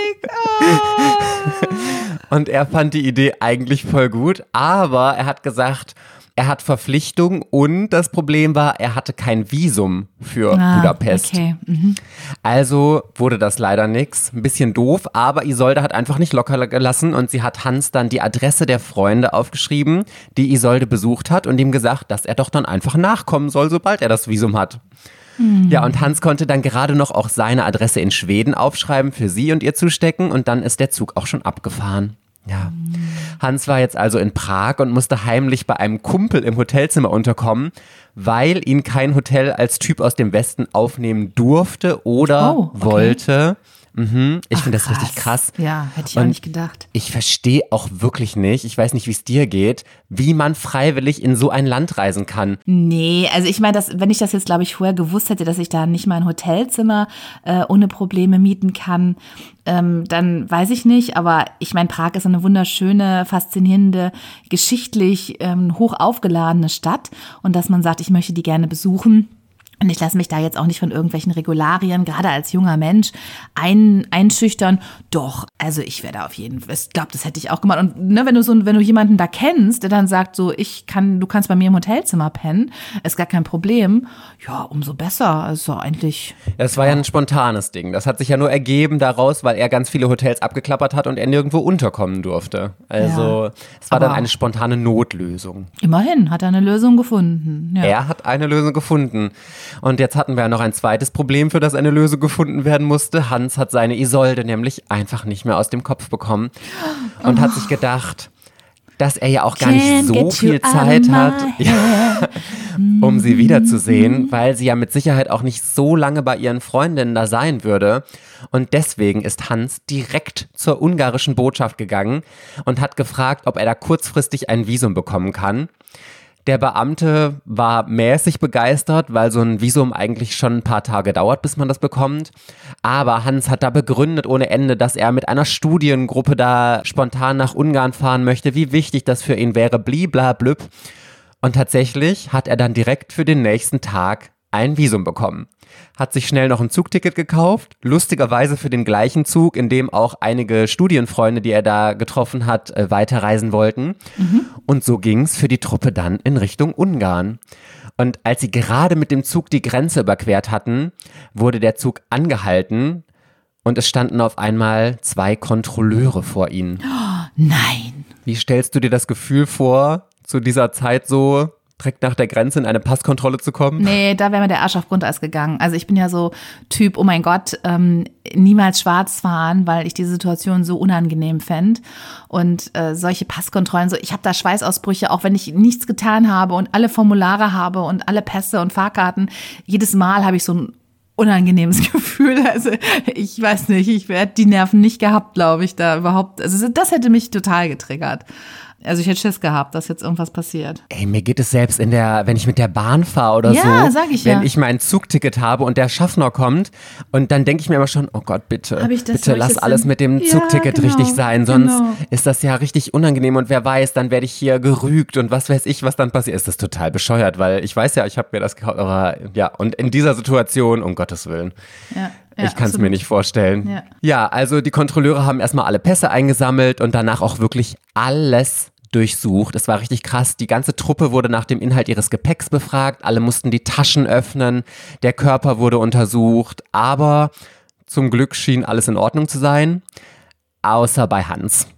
Und er fand die Idee eigentlich voll gut, aber er hat gesagt, er hat Verpflichtungen und das Problem war, er hatte kein Visum für Budapest. Okay. Also wurde das leider nix. Ein bisschen doof, aber Isolde hat einfach nicht locker gelassen und sie hat Hans dann die Adresse der Freunde aufgeschrieben, die Isolde besucht hat und ihm gesagt, dass er doch dann einfach nachkommen soll, sobald er das Visum hat. Ja, und Hans konnte dann gerade noch auch seine Adresse in Schweden aufschreiben, für sie und ihr zustecken und dann ist der Zug auch schon abgefahren. Ja. Hans war jetzt also in Prag und musste heimlich bei einem Kumpel im Hotelzimmer unterkommen, weil ihn kein Hotel als Typ aus dem Westen aufnehmen durfte oder wollte. Ich finde das richtig krass. Ja, hätte ich auch nicht gedacht. Ich verstehe auch wirklich nicht, ich weiß nicht, wie es dir geht, wie man freiwillig in so ein Land reisen kann. Nee, also ich meine, wenn ich das jetzt, glaube ich, vorher gewusst hätte, dass ich da nicht mal ein Hotelzimmer ohne Probleme mieten kann, dann weiß ich nicht. Aber ich meine, Prag ist eine wunderschöne, faszinierende, geschichtlich hoch aufgeladene Stadt. Und dass man sagt, ich möchte die gerne besuchen. Und ich lasse mich da jetzt auch nicht von irgendwelchen Regularien, gerade als junger Mensch, einschüchtern. Doch, also ich wäre da auf jeden Fall, ich glaube, das hätte ich auch gemacht. Und ne, wenn du jemanden da kennst, der dann sagt so, du kannst bei mir im Hotelzimmer pennen, ist gar kein Problem. Ja, umso besser. Also eigentlich. Es war ja ein spontanes Ding. Das hat sich ja nur ergeben daraus, weil er ganz viele Hotels abgeklappert hat und er nirgendwo unterkommen durfte. Also es war dann eine spontane Notlösung. Immerhin hat er eine Lösung gefunden. Ja. Er hat eine Lösung gefunden. Und jetzt hatten wir ja noch ein zweites Problem, für das eine Lösung gefunden werden musste. Hans hat seine Isolde nämlich einfach nicht mehr aus dem Kopf bekommen und hat sich gedacht, dass er ja auch gar nicht so viel Zeit hat, um sie wiederzusehen, weil sie ja mit Sicherheit auch nicht so lange bei ihren Freundinnen da sein würde. Und deswegen ist Hans direkt zur ungarischen Botschaft gegangen und hat gefragt, ob er da kurzfristig ein Visum bekommen kann. Der Beamte war mäßig begeistert, weil so ein Visum eigentlich schon ein paar Tage dauert, bis man das bekommt. Aber Hans hat da begründet ohne Ende, dass er mit einer Studiengruppe da spontan nach Ungarn fahren möchte, wie wichtig das für ihn wäre, bliblablüb. Und tatsächlich hat er dann direkt für den nächsten Tag ein Visum bekommen. Hat sich schnell noch ein Zugticket gekauft, lustigerweise für den gleichen Zug, in dem auch einige Studienfreunde, die er da getroffen hat, weiterreisen wollten. Und so ging's für die Truppe dann in Richtung Ungarn. Und als sie gerade mit dem Zug die Grenze überquert hatten, wurde der Zug angehalten und es standen auf einmal 2 Kontrolleure vor ihnen. Oh, nein. Wie stellst du dir das Gefühl vor, zu dieser Zeit so direkt nach der Grenze in eine Passkontrolle zu kommen? Nee, da wäre mir der Arsch auf Grundeis gegangen. Also ich bin ja so Typ, oh mein Gott, niemals schwarz fahren, weil ich die Situation so unangenehm fände. Und solche Passkontrollen, so ich habe da Schweißausbrüche, auch wenn ich nichts getan habe und alle Formulare habe und alle Pässe und Fahrkarten. Jedes Mal habe ich so ein unangenehmes Gefühl. Also ich weiß nicht, ich hätte die Nerven nicht gehabt, glaube ich, da überhaupt. Also das hätte mich total getriggert. Also ich hätte Schiss gehabt, dass jetzt irgendwas passiert. Ey, mir geht es selbst wenn ich mit der Bahn fahre oder so. Ja, sag ich wenn ich mein Zugticket habe und der Schaffner kommt und dann denke ich mir immer schon, oh Gott, bitte lass alles mit dem Zugticket richtig sein, sonst ist das ja richtig unangenehm und wer weiß, dann werde ich hier gerügt und was weiß ich, was dann passiert. Ist das total bescheuert, weil ich weiß ja, ich habe mir das gekauft, aber ja, und in dieser Situation, um Gottes Willen. Ja. Ich kann es mir nicht vorstellen. Ja, also die Kontrolleure haben erstmal alle Pässe eingesammelt und danach auch wirklich alles durchsucht. Es war richtig krass. Die ganze Truppe wurde nach dem Inhalt ihres Gepäcks befragt. Alle mussten die Taschen öffnen. Der Körper wurde untersucht. Aber zum Glück schien alles in Ordnung zu sein. Außer bei Hans.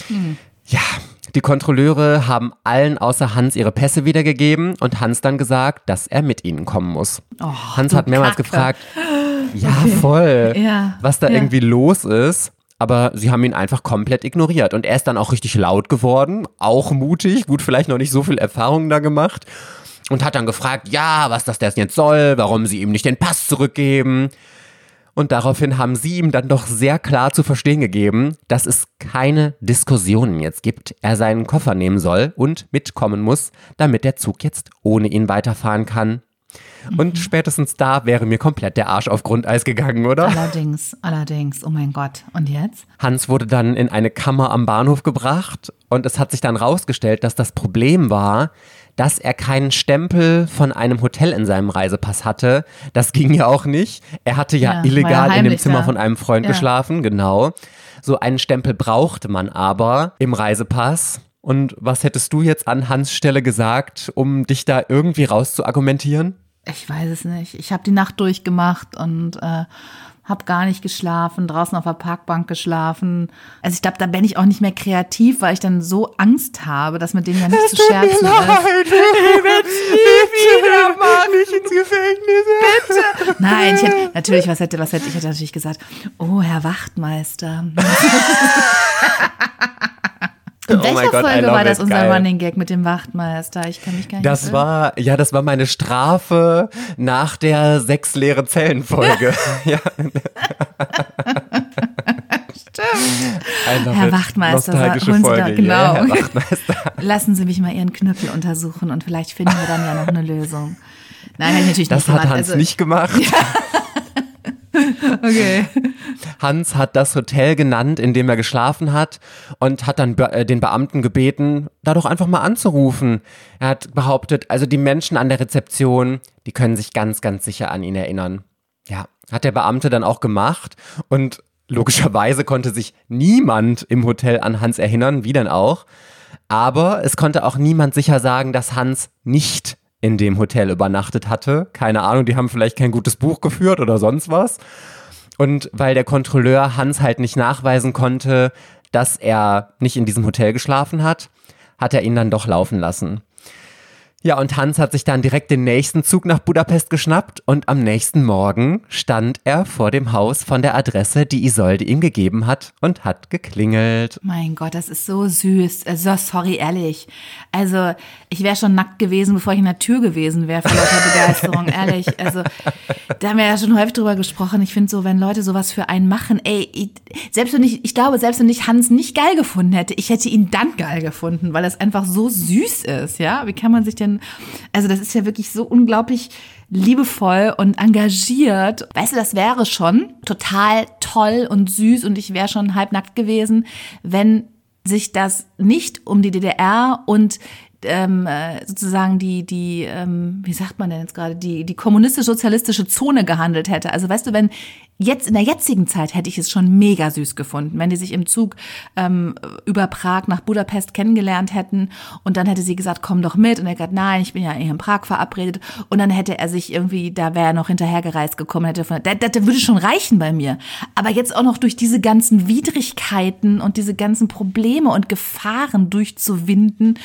Ja, die Kontrolleure haben allen außer Hans ihre Pässe wiedergegeben und Hans dann gesagt, dass er mit ihnen kommen muss. Oh, Hans hat mehrmals gefragt, ja, voll, was da irgendwie los ist. Aber sie haben ihn einfach komplett ignoriert. Und er ist dann auch richtig laut geworden, auch mutig, gut, vielleicht noch nicht so viel Erfahrung da gemacht. Und hat dann gefragt, ja, was das jetzt soll, warum sie ihm nicht den Pass zurückgeben. Und daraufhin haben sie ihm dann doch sehr klar zu verstehen gegeben, dass es keine Diskussionen jetzt gibt. Er seinen Koffer nehmen soll und mitkommen muss, damit der Zug jetzt ohne ihn weiterfahren kann. Und spätestens da wäre mir komplett der Arsch auf Grundeis gegangen, oder? Allerdings, oh mein Gott. Und jetzt? Hans wurde dann in eine Kammer am Bahnhof gebracht und es hat sich dann rausgestellt, dass das Problem war, dass er keinen Stempel von einem Hotel in seinem Reisepass hatte. Das ging ja auch nicht. Er hatte ja illegal in dem Zimmer von einem Freund geschlafen, genau. So einen Stempel brauchte man aber im Reisepass. Und was hättest du jetzt an Hans Stelle gesagt, um dich da irgendwie rauszuargumentieren? Ich weiß es nicht. Ich habe die Nacht durchgemacht und habe gar nicht geschlafen, draußen auf der Parkbank geschlafen. Also ich glaube, da bin ich auch nicht mehr kreativ, weil ich dann so Angst habe, dass mit denen ja nicht zu scherzen ist. Ich werde es nie wieder machen. Nicht ins Gefängnis. Bitte. Nein, ich hätte natürlich gesagt, oh, Herr Wachtmeister. In welcher Folge war das unser Running Gag mit dem Wachtmeister? Ich kann mich gar nicht erinnern. Das war meine Strafe nach der 6 leere Zellen-Folge. Ja. Stimmt. Herr Wachtmeister, nostalgische Folge. Genau. Yeah, Herr Wachtmeister. Lassen Sie mich mal Ihren Knüppel untersuchen und vielleicht finden wir dann ja noch eine Lösung. Nein, hätte ich natürlich das nicht gemacht. Das hat Hans nicht gemacht. Ja. Okay. Hans hat das Hotel genannt, in dem er geschlafen hat und hat dann den Beamten gebeten, da doch einfach mal anzurufen. Er hat behauptet, also die Menschen an der Rezeption, die können sich ganz, ganz sicher an ihn erinnern. Ja, hat der Beamte dann auch gemacht und logischerweise konnte sich niemand im Hotel an Hans erinnern, wie denn auch. Aber es konnte auch niemand sicher sagen, dass Hans nicht in dem Hotel übernachtet hatte. Keine Ahnung, die haben vielleicht kein gutes Buch geführt oder sonst was. Und weil der Kontrolleur Hans halt nicht nachweisen konnte, dass er nicht in diesem Hotel geschlafen hat, hat er ihn dann doch laufen lassen. Ja, und Hans hat sich dann direkt den nächsten Zug nach Budapest geschnappt und am nächsten Morgen stand er vor dem Haus von der Adresse, die Isolde ihm gegeben hat und hat geklingelt. Mein Gott, das ist so süß. Also, sorry, ehrlich. Also, ich wäre schon nackt gewesen, bevor ich in der Tür gewesen wäre, vor lauter Begeisterung, ehrlich. Also, da haben wir ja schon häufig drüber gesprochen. Ich finde so, wenn Leute sowas für einen machen, selbst wenn ich Hans nicht geil gefunden hätte, ich hätte ihn dann geil gefunden, weil das einfach so süß ist, ja? Wie kann man sich denn, also das ist ja wirklich so unglaublich liebevoll und engagiert. Weißt du, das wäre schon total toll und süß und ich wäre schon halbnackt gewesen, wenn sich das nicht um die DDR und sozusagen wie sagt man denn jetzt gerade, die kommunistisch-sozialistische Zone gehandelt hätte. Also weißt du, wenn jetzt in der jetzigen Zeit hätte ich es schon mega süß gefunden, wenn die sich im Zug über Prag nach Budapest kennengelernt hätten und dann hätte sie gesagt, komm doch mit und er hat gesagt, nein, ich bin ja in Prag verabredet und dann hätte er sich irgendwie, da wäre er noch hinterhergereist gekommen, das würde schon reichen bei mir. Aber jetzt auch noch durch diese ganzen Widrigkeiten und diese ganzen Probleme und Gefahren durchzuwinden.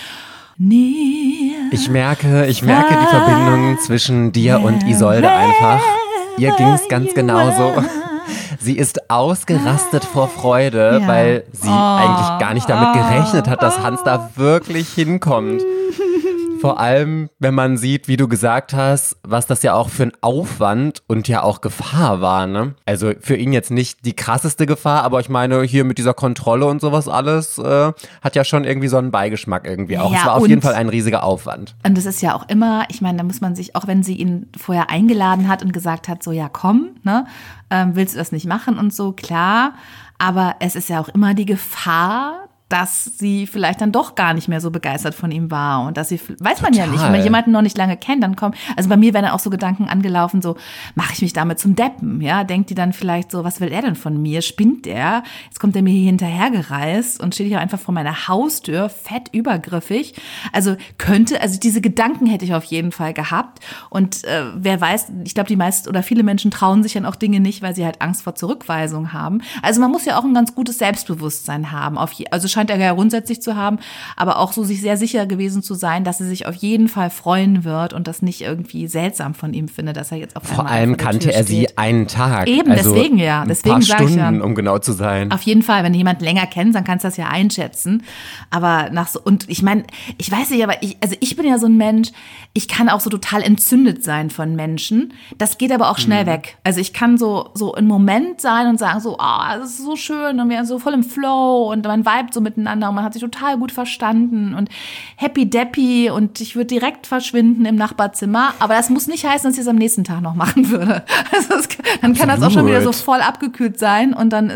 Ich merke die Verbindung zwischen dir und Isolde einfach. Ihr ging es ganz genauso. Sie ist ausgerastet vor Freude, weil sie eigentlich gar nicht damit gerechnet hat, dass Hans da wirklich hinkommt. Vor allem, wenn man sieht, wie du gesagt hast, was das ja auch für ein Aufwand und ja auch Gefahr war, ne? Also für ihn jetzt nicht die krasseste Gefahr, aber ich meine, hier mit dieser Kontrolle und sowas alles hat ja schon irgendwie so einen Beigeschmack irgendwie auch. Ja, es war auf jeden Fall ein riesiger Aufwand. Und das ist ja auch immer, ich meine, da muss man sich, auch wenn sie ihn vorher eingeladen hat und gesagt hat, so ja komm, ne, willst du das nicht machen und so, klar, aber es ist ja auch immer die Gefahr, dass sie vielleicht dann doch gar nicht mehr so begeistert von ihm war und dass sie, weiß man ja nicht, wenn man jemanden noch nicht lange kennt, dann kommt, also bei mir wären dann auch so Gedanken angelaufen, so, mache ich mich damit zum Deppen, ja, denkt die dann vielleicht so, was will er denn von mir, spinnt der, jetzt kommt er mir hier hinterhergereist und steht hier einfach vor meiner Haustür, fett übergriffig, also diese Gedanken hätte ich auf jeden Fall gehabt und wer weiß, ich glaube, die meisten oder viele Menschen trauen sich dann auch Dinge nicht, weil sie halt Angst vor Zurückweisung haben, also man muss ja auch ein ganz gutes Selbstbewusstsein haben, also scheint er ja grundsätzlich zu haben, aber auch so sich sehr sicher gewesen zu sein, dass sie sich auf jeden Fall freuen wird und das nicht irgendwie seltsam von ihm findet, dass er jetzt auf einmal vor allem kannte er sie einen Tag. Eben, also deswegen ja. Deswegen sage ich ja. Um genau zu sein. Auf jeden Fall, wenn du jemanden länger kennst, dann kannst du das ja einschätzen. Aber und ich meine, ich weiß nicht, aber ich bin ja so ein Mensch, ich kann auch so total entzündet sein von Menschen. Das geht aber auch schnell weg. Also ich kann so im Moment sein und sagen so, das ist so schön und wir sind so voll im Flow und man vibet so miteinander und man hat sich total gut verstanden und happy deppy und ich würde direkt verschwinden im Nachbarzimmer, aber das muss nicht heißen, dass ich es am nächsten Tag noch machen würde. Also dann kann das auch schon wieder so voll abgekühlt sein und dann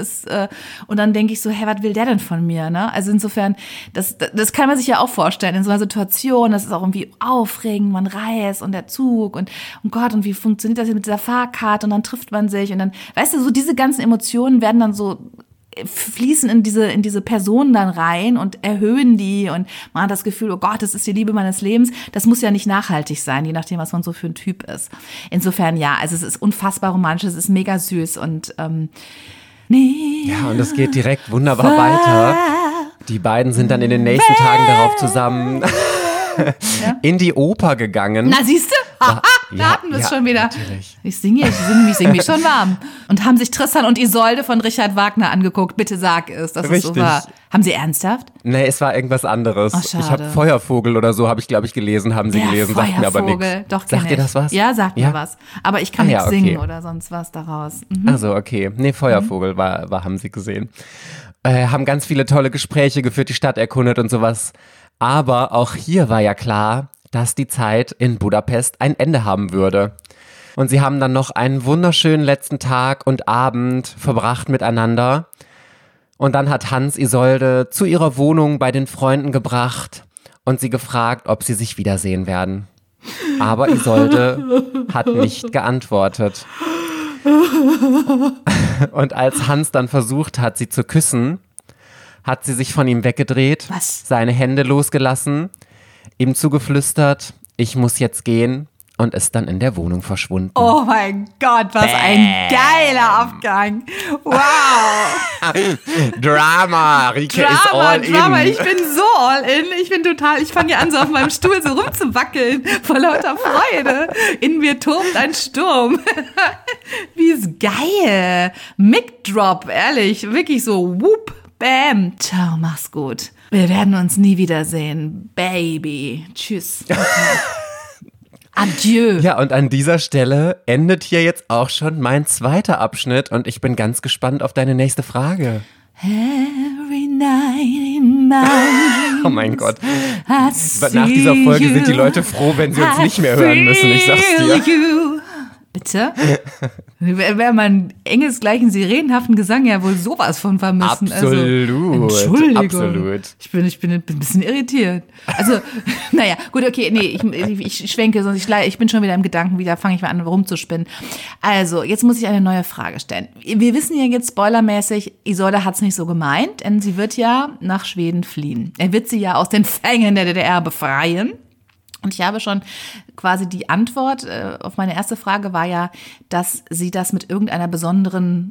denke ich so, hey, was will der denn von mir, ne? Also insofern, das kann man sich ja auch vorstellen in so einer Situation, das ist auch irgendwie aufregend, man reist und der Zug und Gott, und wie funktioniert das jetzt mit dieser Fahrkarte und dann trifft man sich und dann, weißt du, so diese ganzen Emotionen werden dann so fließen in diese Personen dann rein und erhöhen die und man hat das Gefühl, oh Gott, das ist die Liebe meines Lebens. Das muss ja nicht nachhaltig sein, je nachdem, was man so für ein Typ ist. Insofern, ja, also es ist unfassbar romantisch, es ist mega süß und ja, und es geht direkt wunderbar weiter. Die beiden sind dann in den nächsten Tagen darauf zusammen in die Oper gegangen. Na, siehst du? Da hatten wir es schon wieder. Natürlich. Ich singe mich schon warm. Und haben sich Tristan und Isolde von Richard Wagner angeguckt. Bitte sag es, dass es so war. Haben sie ernsthaft? Nee, es war irgendwas anderes. Ach, schade. Ich habe Feuervogel oder so, habe ich, glaube ich, gelesen, haben sie gelesen, sagt mir aber nichts. Doch, sagt ihr das was? Ja, sagt mir was. Aber ich kann nichts singen oder sonst was daraus. Also okay. Nee, Feuervogel haben sie gesehen. Haben ganz viele tolle Gespräche geführt, die Stadt erkundet und sowas. Aber auch hier war ja klar, dass die Zeit in Budapest ein Ende haben würde. Und sie haben dann noch einen wunderschönen letzten Tag und Abend verbracht miteinander. Und dann hat Hans Isolde zu ihrer Wohnung bei den Freunden gebracht und sie gefragt, ob sie sich wiedersehen werden. Aber Isolde hat nicht geantwortet. Und als Hans dann versucht hat, sie zu küssen, hat sie sich von ihm weggedreht, seine Hände losgelassen, ihm zugeflüstert, ich muss jetzt gehen und ist dann in der Wohnung verschwunden. Oh mein Gott, was ein geiler Abgang. Wow. Drama, Rike ist all Drama, in. ich bin so all in. Ich fange ja an, so auf meinem Stuhl so rumzuwackeln, vor lauter Freude. In mir tobt ein Sturm. Wie ist geil. Mic Drop, ehrlich, wirklich so, whoop, bam. Ciao, mach's gut. Wir werden uns nie wiedersehen, Baby. Tschüss. Okay. Adieu. Ja, und an dieser Stelle endet hier jetzt auch schon mein zweiter Abschnitt und ich bin ganz gespannt auf deine nächste Frage. Every night in my Oh mein Gott. Nach dieser Folge sind die Leute froh, wenn sie uns nicht mehr hören müssen, ich sag's dir. Bitte? Wäre mein engelsgleichen sirenhaften Gesang ja wohl sowas von vermissen. Absolut. Also, Entschuldigung. Absolut. Ich bin ein bisschen irritiert. Also, naja, gut, okay, nee, ich schwenke, sonst ich bin schon wieder im Gedanken, wieder fange ich mal an rumzuspinnen. Also, jetzt muss ich eine neue Frage stellen. Wir wissen ja jetzt spoilermäßig, Isolde hat's nicht so gemeint, denn sie wird ja nach Schweden fliehen. Er wird sie ja aus den Fängen der DDR befreien. Und ich habe schon quasi die Antwort auf meine erste Frage war ja, dass sie das mit irgendeiner besonderen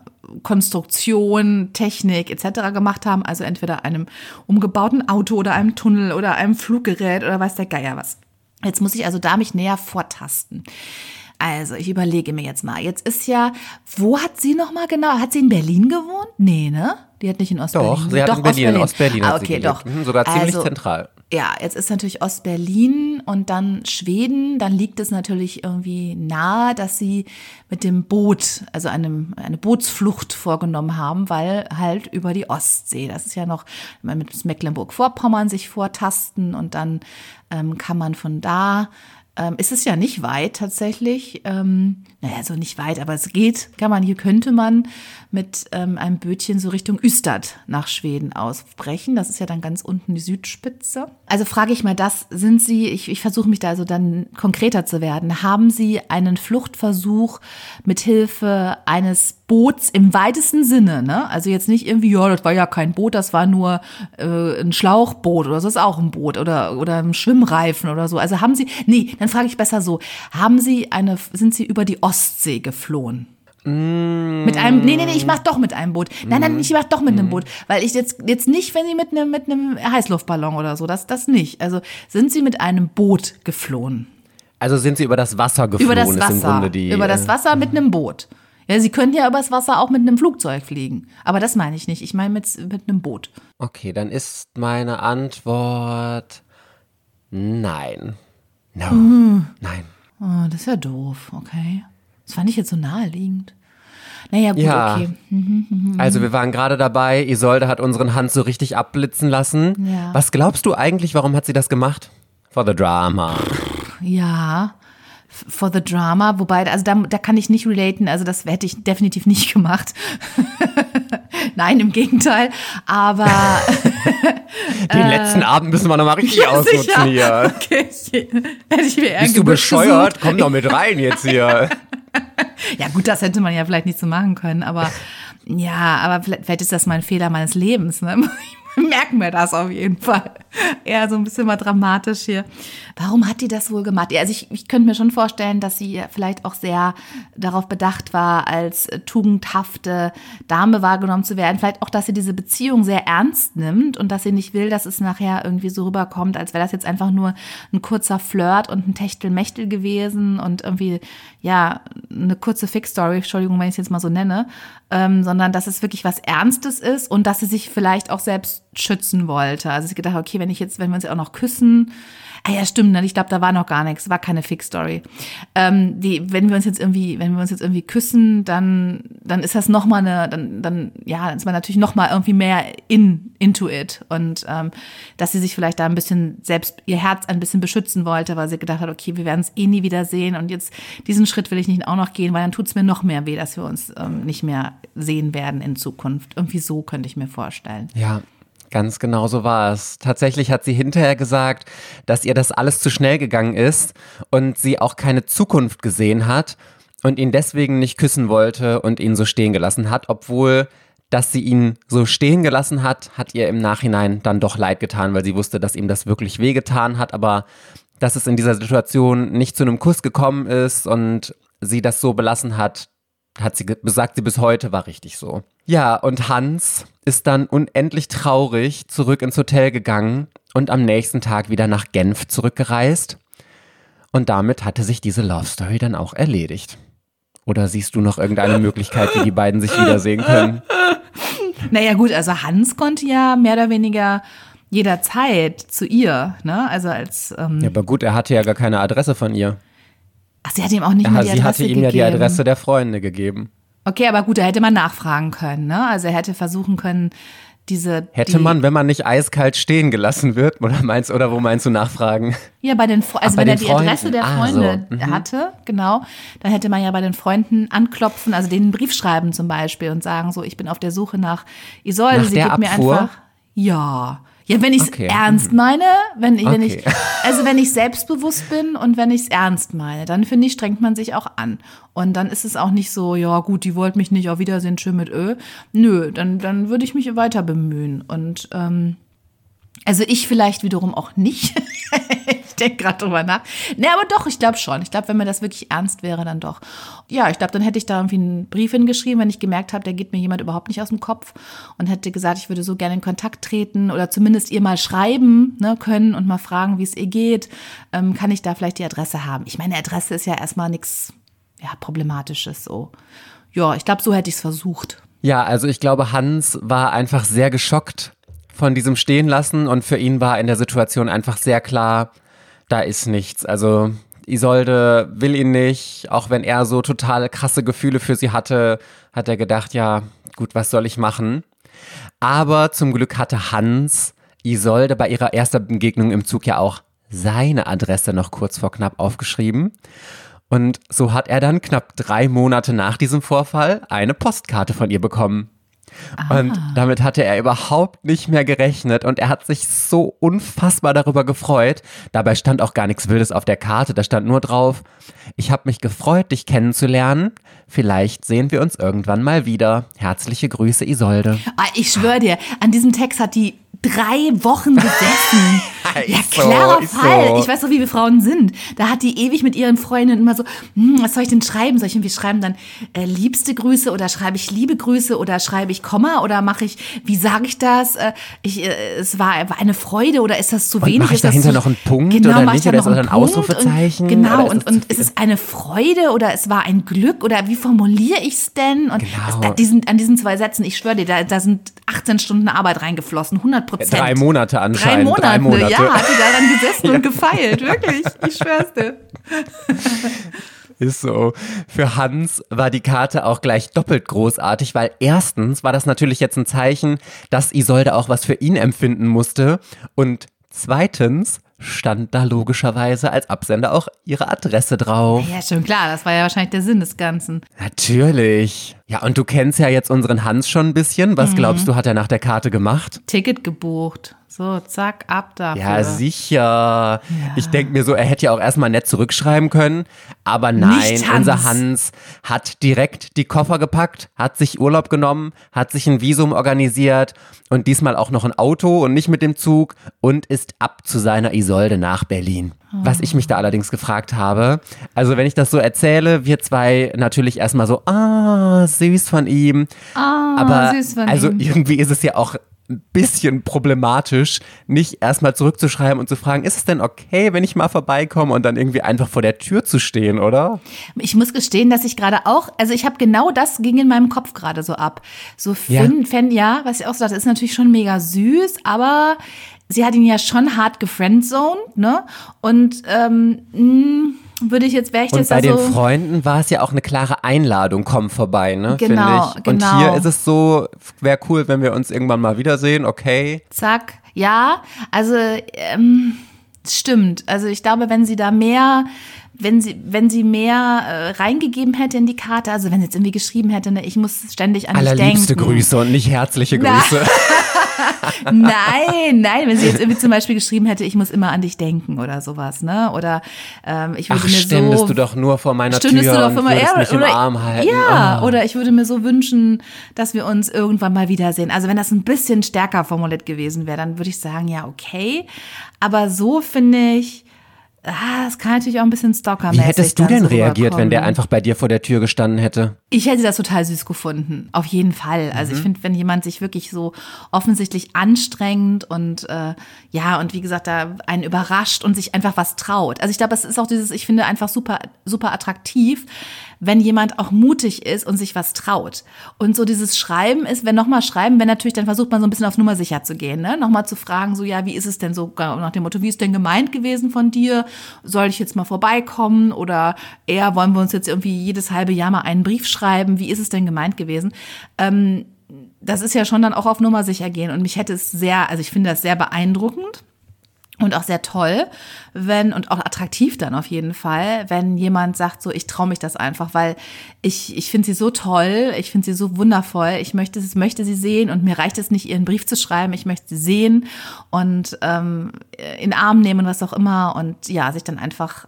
Konstruktion, Technik etc. gemacht haben. Also entweder einem umgebauten Auto oder einem Tunnel oder einem Fluggerät oder weiß der Geier was. Jetzt muss ich also da mich näher vortasten. Also ich überlege mir jetzt mal. Jetzt ist ja, wo hat sie nochmal genau? Hat sie in Berlin gewohnt? Nee, ne? Die hat nicht in Ostberlin. Doch, sie hat in Berlin. In Ostberlin hat sie okay, gelebt. doch. Sogar ziemlich zentral. Ja, jetzt ist natürlich Ostberlin und dann Schweden. Dann liegt es natürlich irgendwie nahe, dass sie mit dem Boot, also eine Bootsflucht vorgenommen haben, weil halt über die Ostsee. Das ist ja noch mit Mecklenburg-Vorpommern sich vortasten und dann kann man von da ist es ja nicht weit tatsächlich, naja, so nicht weit, aber es geht, könnte man mit einem Bötchen so Richtung Ystad nach Schweden ausbrechen. Das ist ja dann ganz unten die Südspitze. Also frage ich mal sind Sie, ich versuche mich da also dann konkreter zu werden, haben Sie einen Fluchtversuch mit Hilfe eines Boots im weitesten Sinne, ne? Also jetzt nicht irgendwie, ja, das war ja kein Boot, das war nur ein Schlauchboot oder so, ist auch ein Boot oder ein Schwimmreifen oder so. Also haben Sie, nee, dann frage ich besser so, sind Sie über die Ostsee geflohen? Mit einem, nee, ich mach doch mit einem Boot. Nein, ich mach doch mit einem Boot. Weil ich jetzt nicht, wenn Sie mit einem Heißluftballon oder so, das nicht. Also sind Sie mit einem Boot geflohen? Also sind Sie über das Wasser geflohen? Über das Wasser, ist im Grunde über das Wasser mit einem Boot. Ja, Sie können ja übers Wasser auch mit einem Flugzeug fliegen. Aber das meine ich nicht. Ich meine mit einem Boot. Okay, dann ist meine Antwort nein. No. Nein. Oh, das ist ja doof, okay. Das fand ich jetzt so naheliegend. Naja, gut, ja. Okay. Also wir waren gerade dabei, Isolde hat unseren Hans so richtig abblitzen lassen. Ja. Was glaubst du eigentlich, warum hat sie das gemacht? For the drama. Ja, for the drama, wobei, also da kann ich nicht relaten, also das hätte ich definitiv nicht gemacht. Nein, im Gegenteil, aber Den letzten Abend müssen wir nochmal richtig ausnutzen sicher. hier. Okay, hätte ich mir Bist du bescheuert? Komm doch mit rein jetzt hier. Ja gut, das hätte man ja vielleicht nicht so machen können, aber ja, aber vielleicht ist das mein Fehler meines Lebens, ne? Merken wir das auf jeden Fall. Eher so ein bisschen mal dramatisch hier. Warum hat die das wohl gemacht? Ja, also ich könnte mir schon vorstellen, dass sie vielleicht auch sehr darauf bedacht war, als tugendhafte Dame wahrgenommen zu werden. Vielleicht auch, dass sie diese Beziehung sehr ernst nimmt und dass sie nicht will, dass es nachher irgendwie so rüberkommt, als wäre das jetzt einfach nur ein kurzer Flirt und ein Techtelmechtel gewesen und irgendwie, ja, eine kurze Fix-Story, Entschuldigung, wenn ich es jetzt mal so nenne, sondern dass es wirklich was Ernstes ist und dass sie sich vielleicht auch selbst schützen wollte. Also ich gedacht, okay, wenn wir uns ja auch noch küssen, ja stimmt, ich glaube, da war noch gar nichts, war keine Fix-Story. Wenn wir uns jetzt irgendwie küssen, dann ist das nochmal dann ist man natürlich nochmal irgendwie mehr into it und dass sie sich vielleicht da ein bisschen selbst ihr Herz ein bisschen beschützen wollte, weil sie gedacht hat, okay, wir werden es eh nie wieder sehen und jetzt diesen Schritt will ich nicht auch noch gehen, weil dann tut es mir noch mehr weh, dass wir uns nicht mehr sehen werden in Zukunft. Irgendwie so könnte ich mir vorstellen. Ja. Ganz genau so war es. Tatsächlich hat sie hinterher gesagt, dass ihr das alles zu schnell gegangen ist und sie auch keine Zukunft gesehen hat und ihn deswegen nicht küssen wollte und ihn so stehen gelassen hat, obwohl, dass sie ihn so stehen gelassen hat ihr im Nachhinein dann doch leid getan, weil sie wusste, dass ihm das wirklich wehgetan hat, aber dass es in dieser Situation nicht zu einem Kuss gekommen ist und sie das so belassen hat, sagt sie bis heute, war richtig so. Ja, und Hans ist dann unendlich traurig zurück ins Hotel gegangen und am nächsten Tag wieder nach Genf zurückgereist. Und damit hatte sich diese Love Story dann auch erledigt. Oder siehst du noch irgendeine Möglichkeit, wie die beiden sich wiedersehen können? Naja gut, also Hans konnte ja mehr oder weniger jederzeit zu ihr, ne? Also als Ja, aber gut, er hatte ja gar keine Adresse von ihr. Ach, sie hat ihm auch nicht mal die Adresse gegeben. Sie hatte ihm ja die Adresse der Freunde gegeben. Okay, aber gut, da hätte man nachfragen können, ne? Also er hätte versuchen können, Hätte man, wenn man nicht eiskalt stehen gelassen wird, oder wo meinst du nachfragen? Ja, wenn er die Adresse der Freunde hatte, genau, dann hätte man ja bei den Freunden anklopfen, also denen einen Brief schreiben zum Beispiel und sagen so, ich bin auf der Suche nach Isolde, sie gibt mir einfach, ja, wenn ich es ernst meine, wenn ich selbstbewusst bin und wenn ich es ernst meine, dann finde ich, strengt man sich auch an. Und dann ist es auch nicht so, ja gut, die wollte mich nicht, auf Wiedersehen, schön mit Ö. Nö, dann würde ich mich weiter bemühen. Und also ich vielleicht wiederum auch nicht. Ich denke gerade drüber nach. Nee, aber doch, ich glaube schon. Ich glaube, wenn mir das wirklich ernst wäre, dann doch. Ja, ich glaube, dann hätte ich da irgendwie einen Brief hingeschrieben, wenn ich gemerkt habe, da geht mir jemand überhaupt nicht aus dem Kopf und hätte gesagt, ich würde so gerne in Kontakt treten oder zumindest ihr mal schreiben können und mal fragen, wie es ihr geht. Kann ich da vielleicht die Adresse haben? Ich meine, Adresse ist ja erstmal nichts Problematisches so. Ja, ich glaube, so hätte ich es versucht. Ja, also ich glaube, Hans war einfach sehr geschockt von diesem Stehenlassen und für ihn war in der Situation einfach sehr klar, da ist nichts. Also Isolde will ihn nicht, auch wenn er so total krasse Gefühle für sie hatte, hat er gedacht, ja gut, was soll ich machen? Aber zum Glück hatte Hans Isolde bei ihrer ersten Begegnung im Zug ja auch seine Adresse noch kurz vor knapp aufgeschrieben. Und so hat er dann knapp 3 Monate nach diesem Vorfall eine Postkarte von ihr bekommen. Und damit hatte er überhaupt nicht mehr gerechnet und er hat sich so unfassbar darüber gefreut. Dabei stand auch gar nichts Wildes auf der Karte, da stand nur drauf, ich habe mich gefreut, dich kennenzulernen. Vielleicht sehen wir uns irgendwann mal wieder. Herzliche Grüße, Isolde. Ich schwöre dir, an diesem Text hat die 3 Wochen gesessen. Ja, klarer Fall. So. Ich weiß doch, wie wir Frauen sind. Da hat die ewig mit ihren Freundinnen immer so, was soll ich denn schreiben? Soll ich irgendwie schreiben dann liebste Grüße oder schreibe ich liebe Grüße oder schreibe ich Komma oder mache ich, wie sage ich das? Es war eine Freude oder ist das zu wenig? Mache ich dahinter noch einen Punkt oder nicht? Oder ist das ein Ausrufezeichen? Genau, und ist es eine Freude oder es war ein Glück oder wie formuliere ich es denn? Und an diesen 2 Sätzen, ich schwöre dir, da sind 18 Stunden Arbeit reingeflossen, 100%. 3 Monate anscheinend. 3 Monate. Ja, hat die daran gesessen und gefeilt, wirklich, ich schwör's dir. Ist so. Für Hans war die Karte auch gleich doppelt großartig, weil erstens war das natürlich jetzt ein Zeichen, dass Isolde auch was für ihn empfinden musste und zweitens stand da logischerweise als Absender auch ihre Adresse drauf. Ja, schon klar, das war ja wahrscheinlich der Sinn des Ganzen. Natürlich. Ja, und du kennst ja jetzt unseren Hans schon ein bisschen. Was glaubst du, hat er nach der Karte gemacht? Ticket gebucht. So, zack, ab dafür. Ja, sicher. Ja. Ich denke mir so, er hätte ja auch erstmal nett zurückschreiben können. Aber nein, Nicht Hans. unser Hans hat direkt die Koffer gepackt, hat sich Urlaub genommen, hat sich ein Visum organisiert und diesmal auch noch ein Auto und nicht mit dem Zug und ist ab zu seiner Isolde nach Berlin. Was ich mich da allerdings gefragt habe, also wenn ich das so erzähle, wir zwei natürlich erstmal so, süß von ihm. Aber süß von also ihm. irgendwie ist es ja auch ein bisschen problematisch, nicht erstmal zurückzuschreiben und zu fragen, ist es denn okay, wenn ich mal vorbeikomme und dann irgendwie einfach vor der Tür zu stehen, oder? Ich muss gestehen, dass ich gerade auch, also ich habe genau das ging in meinem Kopf gerade so ab. So was ich auch so dachte, ist natürlich schon mega süß, aber sie hat ihn ja schon hart gefriendzoned, ne? Und wäre ich jetzt Und bei da den so. Freunden war es ja auch eine klare Einladung, komm vorbei, ne? Genau, finde ich. genau. Und hier ist es so, wäre cool, wenn wir uns irgendwann mal wiedersehen, okay. Zack, ja, also stimmt. Also ich glaube, wenn sie da mehr, wenn sie mehr reingegeben hätte in die Karte, also wenn sie jetzt irgendwie geschrieben hätte, ne, ich muss ständig an dich denken. Allerliebste Grüße und nicht herzliche Grüße. Nein, wenn sie jetzt irgendwie zum Beispiel geschrieben hätte, ich muss immer an dich denken oder sowas, ne? Oder ich würde mir so. Stündest du doch nur vor meiner Tür und würdest mich im Arm halten. Ja, oder ich würde mir so wünschen, dass wir uns irgendwann mal wiedersehen. Also wenn das ein bisschen stärker formuliert gewesen wäre, dann würde ich sagen, ja, okay. Aber so finde ich, das kann natürlich auch ein bisschen stalkermäßig. Wie hättest du denn so reagiert, wenn der rüberkommen. einfach bei dir vor der Tür gestanden hätte? Ich hätte das total süß gefunden, auf jeden Fall. Also ich finde, wenn jemand sich wirklich so offensichtlich anstrengt und und wie gesagt, da einen überrascht und sich einfach was traut. Also ich glaube, es ist auch ich finde einfach super, super attraktiv, wenn jemand auch mutig ist und sich was traut. Und so dieses Schreiben ist, wenn natürlich, dann versucht man so ein bisschen auf Nummer sicher zu gehen, ne? Nochmal zu fragen, so, ja, wie ist es denn so, nach dem Motto, wie ist denn gemeint gewesen von dir? Soll ich jetzt mal vorbeikommen? Oder eher wollen wir uns jetzt irgendwie jedes halbe Jahr mal einen Brief schreiben? Wie ist es denn gemeint gewesen? Das ist ja schon dann auch auf Nummer sicher gehen. Und ich finde das sehr beeindruckend. Und auch sehr toll, und auch attraktiv dann auf jeden Fall, wenn jemand sagt so, ich traue mich das einfach, weil ich finde sie so toll, ich finde sie so wundervoll, ich möchte sie sehen und mir reicht es nicht, ihren Brief zu schreiben, ich möchte sie sehen und in den Arm nehmen und was auch immer und ja, sich dann einfach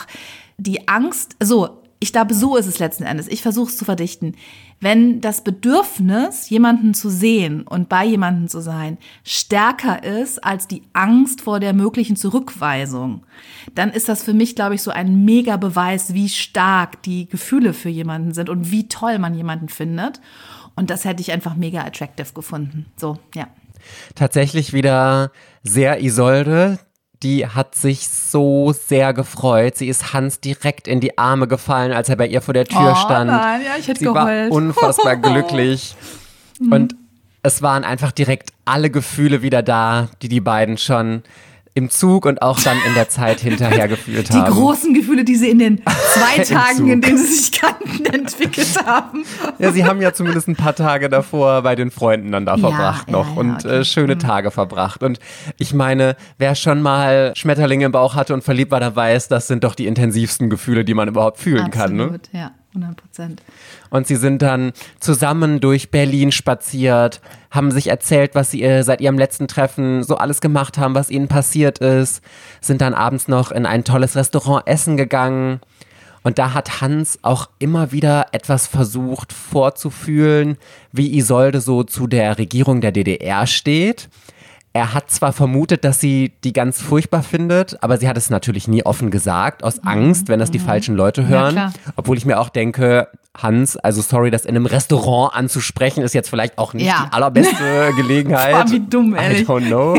die Angst, ich glaube, so ist es letzten Endes. Ich versuche es zu verdichten. Wenn das Bedürfnis, jemanden zu sehen und bei jemandem zu sein, stärker ist als die Angst vor der möglichen Zurückweisung, dann ist das für mich, glaube ich, so ein Mega-Beweis, wie stark die Gefühle für jemanden sind und wie toll man jemanden findet. Und das hätte ich einfach mega attractive gefunden. So, ja. Tatsächlich wieder sehr Isolde. Die hat sich so sehr gefreut. Sie ist Hans direkt in die Arme gefallen, als er bei ihr vor der Tür stand. Nein, ja, ich hätte Sie geheult. war unfassbar glücklich. Und es waren einfach direkt alle Gefühle wieder da, die beiden schon im Zug und auch dann in der Zeit hinterher gefühlt haben. Die großen Gefühle, die sie in den 2 Tagen, Zug. in denen sie sich kannten, entwickelt haben. Ja, sie haben ja zumindest ein paar Tage davor bei den Freunden dann da verbracht noch und okay. schöne Tage verbracht. Und ich meine, wer schon mal Schmetterlinge im Bauch hatte und verliebt war, der weiß, das sind doch die intensivsten Gefühle, die man überhaupt fühlen kann. Ne? Absolut, ja, 100%. Und sie sind dann zusammen durch Berlin spaziert, haben sich erzählt, was sie seit ihrem letzten Treffen so alles gemacht haben, was ihnen passiert ist, sind dann abends noch in ein tolles Restaurant essen gegangen. Und da hat Hans auch immer wieder etwas versucht vorzufühlen, wie Isolde so zu der Regierung der DDR steht. Er hat zwar vermutet, dass sie die ganz furchtbar findet, aber sie hat es natürlich nie offen gesagt, aus Angst, wenn das die falschen Leute hören. Ja, obwohl ich mir auch denke, Hans, also sorry, das in einem Restaurant anzusprechen, ist jetzt vielleicht auch nicht die allerbeste Gelegenheit. Boah, wie dumm, ehrlich. I don't know.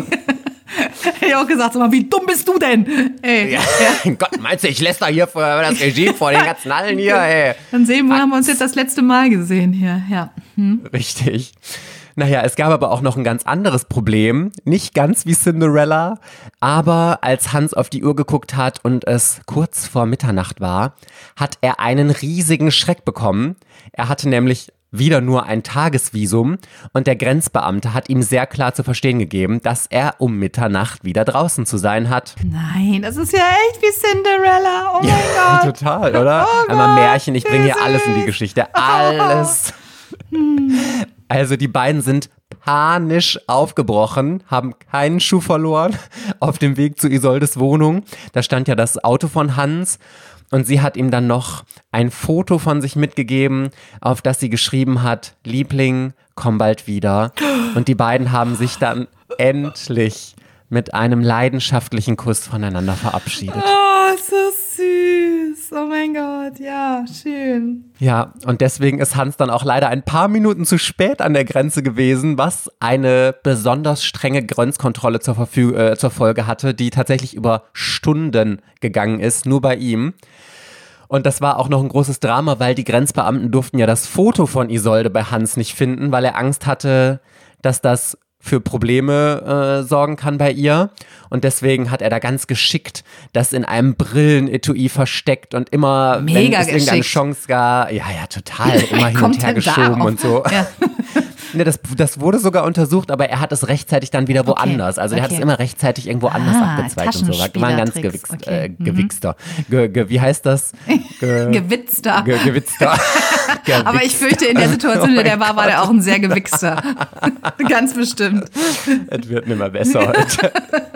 Hätte ich auch gesagt, sag mal, wie dumm bist du denn? Ey. Ja. Gott, meinst du, ich lässt da hier vor das Regime vor den ganzen Allen hier, ey. Dann haben wir uns jetzt das letzte Mal gesehen hier, ja. Richtig. Naja, es gab aber auch noch ein ganz anderes Problem. Nicht ganz wie Cinderella, aber als Hans auf die Uhr geguckt hat und es kurz vor Mitternacht war, hat er einen riesigen Schreck bekommen. Er hatte nämlich wieder nur ein Tagesvisum und der Grenzbeamte hat ihm sehr klar zu verstehen gegeben, dass er um Mitternacht wieder draußen zu sein hat. Nein, das ist ja echt wie Cinderella. Oh mein Ja, Gott. total, oder? Oh Einmal Gott, Märchen, ich bringe hier alles in die Geschichte. Alles. Also die beiden sind panisch aufgebrochen, haben keinen Schuh verloren auf dem Weg zu Isoldes Wohnung. Da stand ja das Auto von Hans und sie hat ihm dann noch ein Foto von sich mitgegeben, auf das sie geschrieben hat, Liebling, komm bald wieder. Und die beiden haben sich dann endlich mit einem leidenschaftlichen Kuss voneinander verabschiedet. Oh, so süß. Oh mein Gott, ja, schön. Ja, und deswegen ist Hans dann auch leider ein paar Minuten zu spät an der Grenze gewesen, was eine besonders strenge Grenzkontrolle zur Folge hatte, die tatsächlich über Stunden gegangen ist, nur bei ihm. Und das war auch noch ein großes Drama, weil die Grenzbeamten durften ja das Foto von Isolde bei Hans nicht finden, weil er Angst hatte, dass das für Probleme sorgen kann bei ihr. Und deswegen hat er da ganz geschickt das in einem Brillenetui versteckt und immer, wenn es irgendeine Chance gab, ja, total, immer hin und her geschoben und so. Ja. Ne, das wurde sogar untersucht, aber er hat es rechtzeitig dann wieder woanders. Also er hat es immer rechtzeitig irgendwo anders abgezweigt und so. War ein ganz gewichster. Wie heißt das? Gewitzter. Gewitzter. Aber ich fürchte, in der Situation, in der war der auch ein sehr gewichster. Ganz bestimmt. Es wird nicht mehr besser heute.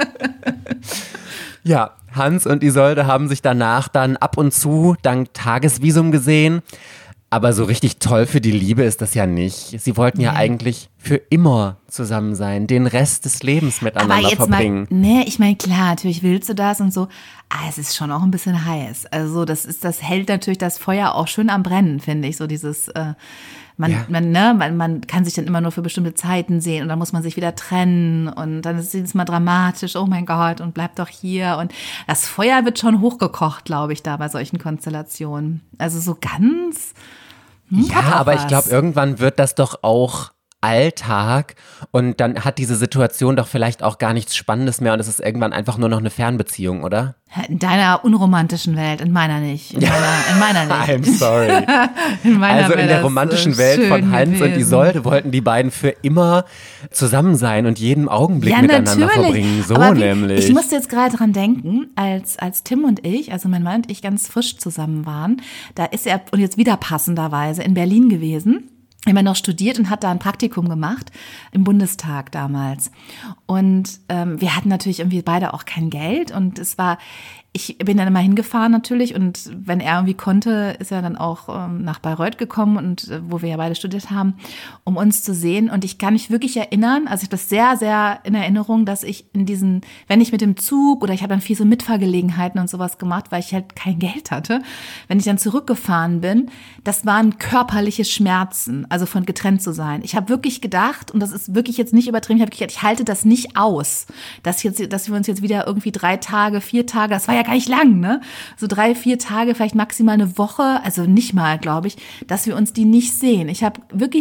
Ja, Hans und Isolde haben sich danach dann ab und zu dank Tagesvisum gesehen. Aber so richtig toll für die Liebe ist das ja nicht. Sie wollten ja eigentlich für immer zusammen sein, den Rest des Lebens miteinander verbringen. Ich meine, klar, natürlich willst du das und so. Aber es ist schon auch ein bisschen heiß. Also das hält natürlich das Feuer auch schön am Brennen, finde ich. So dieses, man kann sich dann immer nur für bestimmte Zeiten sehen und dann muss man sich wieder trennen und dann ist es mal dramatisch, oh mein Gott, und bleib doch hier. Und das Feuer wird schon hochgekocht, glaube ich, da bei solchen Konstellationen. Also so ganz. Aber ich glaube, irgendwann wird das doch auch Alltag und dann hat diese Situation doch vielleicht auch gar nichts Spannendes mehr und es ist irgendwann einfach nur noch eine Fernbeziehung, oder? In deiner unromantischen Welt, in meiner nicht. In meiner nicht. I'm sorry. In der romantischen Welt von Hans und Isolde wollten die beiden für immer zusammen sein und jeden Augenblick miteinander verbringen. So nämlich. Ich musste jetzt gerade dran denken, als Tim und ich, also mein Mann und ich ganz frisch zusammen waren, da ist er, und jetzt wieder passenderweise, in Berlin gewesen. Immer noch studiert und hat da ein Praktikum gemacht im Bundestag damals. Und wir hatten natürlich irgendwie beide auch kein Geld und ich bin dann immer hingefahren natürlich und wenn er irgendwie konnte, ist er dann auch nach Bayreuth gekommen und wo wir ja beide studiert haben, um uns zu sehen. Und ich kann mich wirklich erinnern, also ich habe das sehr, sehr in Erinnerung, dass ich wenn ich mit dem Zug oder ich habe dann viel so Mitfahrgelegenheiten und sowas gemacht, weil ich halt kein Geld hatte, wenn ich dann zurückgefahren bin, das waren körperliche Schmerzen, also von getrennt zu sein. Ich habe wirklich gedacht, und das ist wirklich jetzt nicht übertrieben, ich halte das nicht aus, dass wir uns jetzt wieder irgendwie 3 Tage, 4 Tage, das war ja gar nicht lang, ne? So 3, 4 Tage, vielleicht maximal eine Woche, also nicht mal, glaube ich, dass wir uns die nicht sehen. Ich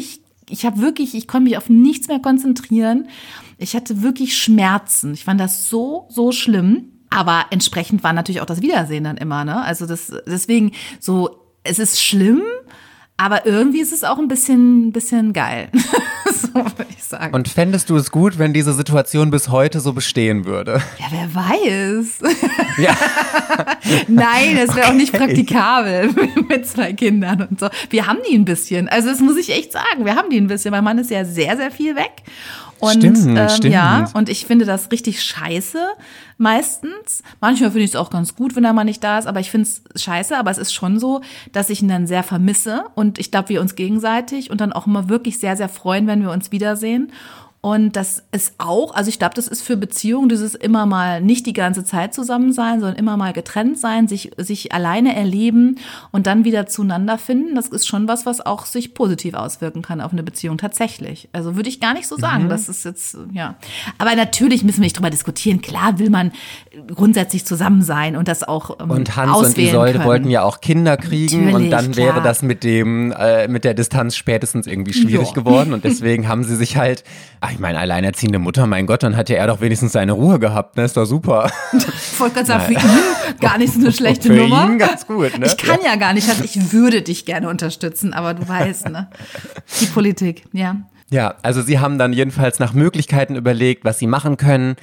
konnte mich auf nichts mehr konzentrieren. Ich hatte wirklich Schmerzen. Ich fand das so, so schlimm. Aber entsprechend war natürlich auch das Wiedersehen dann immer, ne? Also deswegen so, es ist schlimm, aber irgendwie ist es auch ein bisschen geil. So würde ich sagen. Und fändest du es gut, wenn diese Situation bis heute so bestehen würde? Ja, wer weiß. Ja. Nein, das wäre auch nicht praktikabel mit 2 Kindern und so. Wir haben die ein bisschen. Also das muss ich echt sagen. Wir haben die ein bisschen. Mein Mann ist ja sehr, sehr viel weg. Und, stimmt. Ja, und ich finde das richtig scheiße meistens. Manchmal finde ich es auch ganz gut, wenn er mal nicht da ist, aber ich finde es scheiße. Aber es ist schon so, dass ich ihn dann sehr vermisse und ich glaube, wir uns gegenseitig und dann auch immer wirklich sehr, sehr freuen, wenn wir uns wiedersehen. Und das ist auch, also ich glaube, das ist für Beziehungen dieses immer mal nicht die ganze Zeit zusammen sein, sondern immer mal getrennt sein, sich alleine erleben und dann wieder zueinander finden. Das ist schon was auch sich positiv auswirken kann auf eine Beziehung tatsächlich. Also würde ich gar nicht so sagen, das ist jetzt, ja. Aber natürlich müssen wir nicht drüber diskutieren. Klar will man grundsätzlich zusammen sein und das auch und Hans und Isolde wollten ja auch Kinder kriegen natürlich, und dann wäre das mit der Distanz spätestens irgendwie schwierig geworden und deswegen haben sie sich halt, ich meine, alleinerziehende Mutter, mein Gott, dann hat ja er doch wenigstens seine Ruhe gehabt, ne? Ist doch super. Ich wollte gerade sagen, für ihn gar nicht so eine schlechte Nummer. Für ihn ganz gut, ne? Ich kann ja gar nicht, ich würde dich gerne unterstützen, aber du weißt, ne? Die Politik, ja. Ja, also sie haben dann jedenfalls nach Möglichkeiten überlegt, was sie machen können.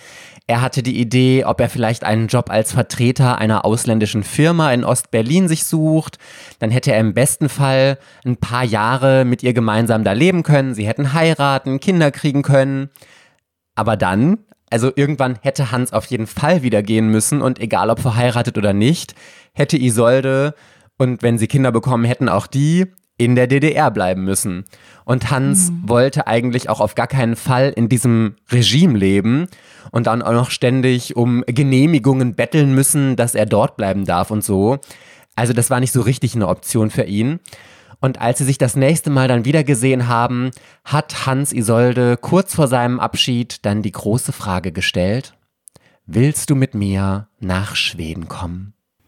Er hatte die Idee, ob er vielleicht einen Job als Vertreter einer ausländischen Firma in Ostberlin sich sucht. Dann hätte er im besten Fall ein paar Jahre mit ihr gemeinsam da leben können. Sie hätten heiraten, Kinder kriegen können. Aber dann, also irgendwann hätte Hans auf jeden Fall wieder gehen müssen und egal ob verheiratet oder nicht, hätte Isolde und wenn sie Kinder bekommen hätten, auch die in der DDR bleiben müssen. Und Hans wollte eigentlich auch auf gar keinen Fall in diesem Regime leben und dann auch noch ständig um Genehmigungen betteln müssen, dass er dort bleiben darf und so. Also das war nicht so richtig eine Option für ihn. Und als sie sich das nächste Mal dann wieder gesehen haben, hat Hans Isolde kurz vor seinem Abschied dann die große Frage gestellt: Willst du mit mir nach Schweden kommen?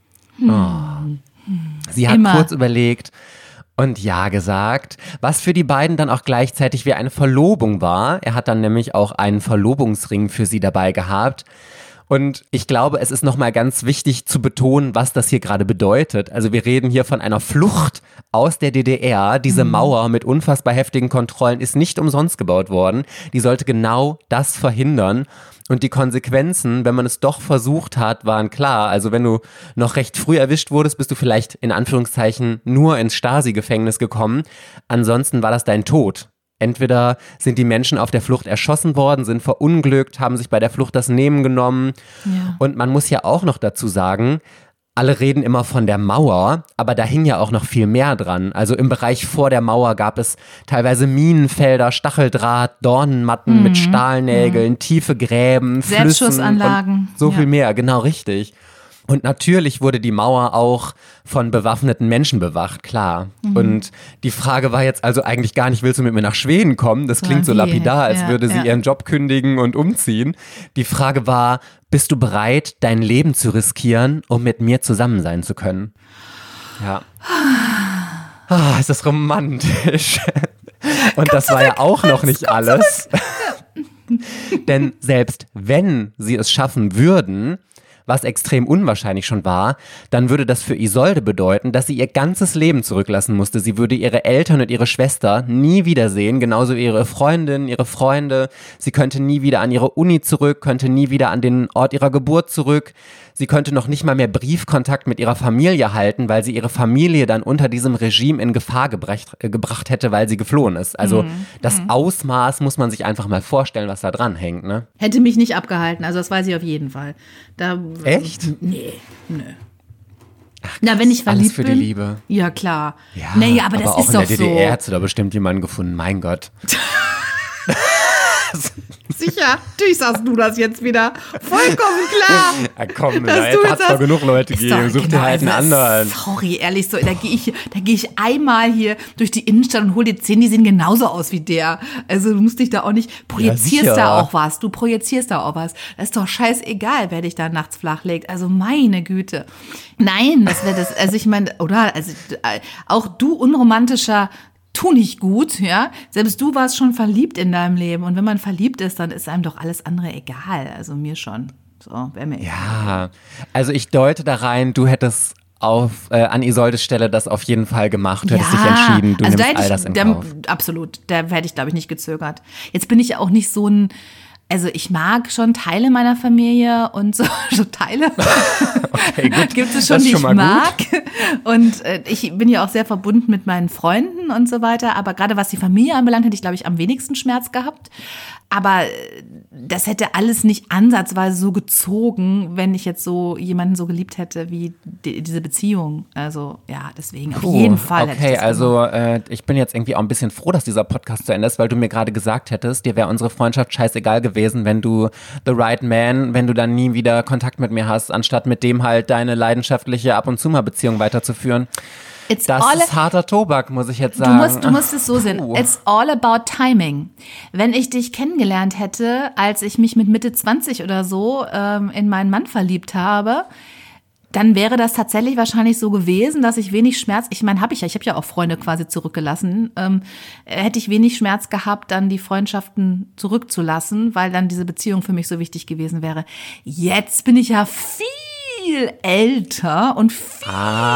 Oh. Sie hat kurz überlegt und ja gesagt, was für die beiden dann auch gleichzeitig wie eine Verlobung war. Er hat dann nämlich auch einen Verlobungsring für sie dabei gehabt. Und ich glaube, es ist nochmal ganz wichtig zu betonen, was das hier gerade bedeutet. Also wir reden hier von einer Flucht aus der DDR. Diese Mauer mit unfassbar heftigen Kontrollen ist nicht umsonst gebaut worden. Die sollte genau das verhindern. Und die Konsequenzen, wenn man es doch versucht hat, waren klar. Also wenn du noch recht früh erwischt wurdest, bist du vielleicht in Anführungszeichen nur ins Stasi-Gefängnis gekommen. Ansonsten war das dein Tod. Entweder sind die Menschen auf der Flucht erschossen worden, sind verunglückt, haben sich bei der Flucht das Leben genommen. Ja. Und man muss ja auch noch dazu sagen, alle reden immer von der Mauer, aber da hing ja auch noch viel mehr dran. Also im Bereich vor der Mauer gab es teilweise Minenfelder, Stacheldraht, Dornenmatten mit Stahlnägeln, tiefe Gräben, Selbstschussanlagen. So viel mehr, genau richtig. Und natürlich wurde die Mauer auch von bewaffneten Menschen bewacht, klar. Und die Frage war jetzt also eigentlich gar nicht, willst du mit mir nach Schweden kommen? Das klingt so lapidar, als würde sie ihren Job kündigen und umziehen. Die Frage war, bist du bereit, dein Leben zu riskieren, um mit mir zusammen sein zu können? Ja. Ah, ist das romantisch. Und das war ja auch noch nicht alles. Denn selbst wenn sie es schaffen würden, was extrem unwahrscheinlich schon war, dann würde das für Isolde bedeuten, dass sie ihr ganzes Leben zurücklassen musste. Sie würde ihre Eltern und ihre Schwester nie wiedersehen, genauso wie ihre Freundin, ihre Freunde. Sie könnte nie wieder an ihre Uni zurück, könnte nie wieder an den Ort ihrer Geburt zurück. Sie könnte noch nicht mal mehr Briefkontakt mit ihrer Familie halten, weil sie ihre Familie dann unter diesem Regime in Gefahr gebracht hätte, weil sie geflohen ist. Also das Ausmaß muss man sich einfach mal vorstellen, was da dran hängt. Ne? Hätte mich nicht abgehalten, also das weiß ich auf jeden Fall. Echt? Nee. Ach, na, wenn ich verliebt alles für bin, die Liebe. Ja, klar. Ja, naja, aber das auch ist in doch der DDR so. hättest du da bestimmt jemanden gefunden, mein Gott. Sicher, natürlich sagst du das jetzt wieder. Vollkommen klar. Ja, komm, da hat es doch genug Leute gegeben. Such dir halt einen anderen. Sorry, ehrlich, so, da gehe ich einmal hier durch die Innenstadt und hol dir 10, die sehen genauso aus wie der. Also du musst dich da auch nicht, projizierst da auch was. Du projizierst da auch was. Das ist doch scheißegal, wer dich da nachts flach legt. Also meine Güte. Nein, das wäre das, also ich meine, oder, also auch du unromantischer, tu nicht gut, ja. Selbst du warst schon verliebt in deinem Leben. Und wenn man verliebt ist, dann ist einem doch alles andere egal. Also mir schon. So, wäre mir egal. Ja, also ich deute da rein, du hättest an Isoldes Stelle das auf jeden Fall gemacht. Du hättest dich entschieden, du nimmst all das in Kauf. Absolut, da hätte ich, glaube ich, nicht gezögert. Jetzt bin ich ja auch nicht so ein, also ich mag schon Teile meiner Familie und so Teile. Okay, gut. Gibt es schon, die ich mag. Und ich bin ja auch sehr verbunden mit meinen Freunden und so weiter. Aber gerade was die Familie anbelangt, hätte ich, glaube ich, am wenigsten Schmerz gehabt. Aber das hätte alles nicht ansatzweise so gezogen, wenn ich jetzt so jemanden so geliebt hätte wie diese Beziehung. Also ja, deswegen auf jeden Fall. Okay, also ich bin jetzt irgendwie auch ein bisschen froh, dass dieser Podcast zu Ende ist, weil du mir gerade gesagt hättest, dir wäre unsere Freundschaft scheißegal gewesen, wenn du the right man, wenn du dann nie wieder Kontakt mit mir hast, anstatt mit dem halt deine leidenschaftliche ab und zu mal Beziehung weiterzuführen. Das ist harter Tobak, muss ich jetzt sagen. Du musst es so sehen. It's all about timing. Wenn ich dich kennengelernt hätte, als ich mich mit Mitte 20 oder so in meinen Mann verliebt habe, dann wäre das tatsächlich wahrscheinlich so gewesen, dass ich wenig Schmerz, ich meine, ich habe ja auch Freunde quasi zurückgelassen, hätte ich wenig Schmerz gehabt, dann die Freundschaften zurückzulassen, weil dann diese Beziehung für mich so wichtig gewesen wäre. Jetzt bin ich ja viel älter und viel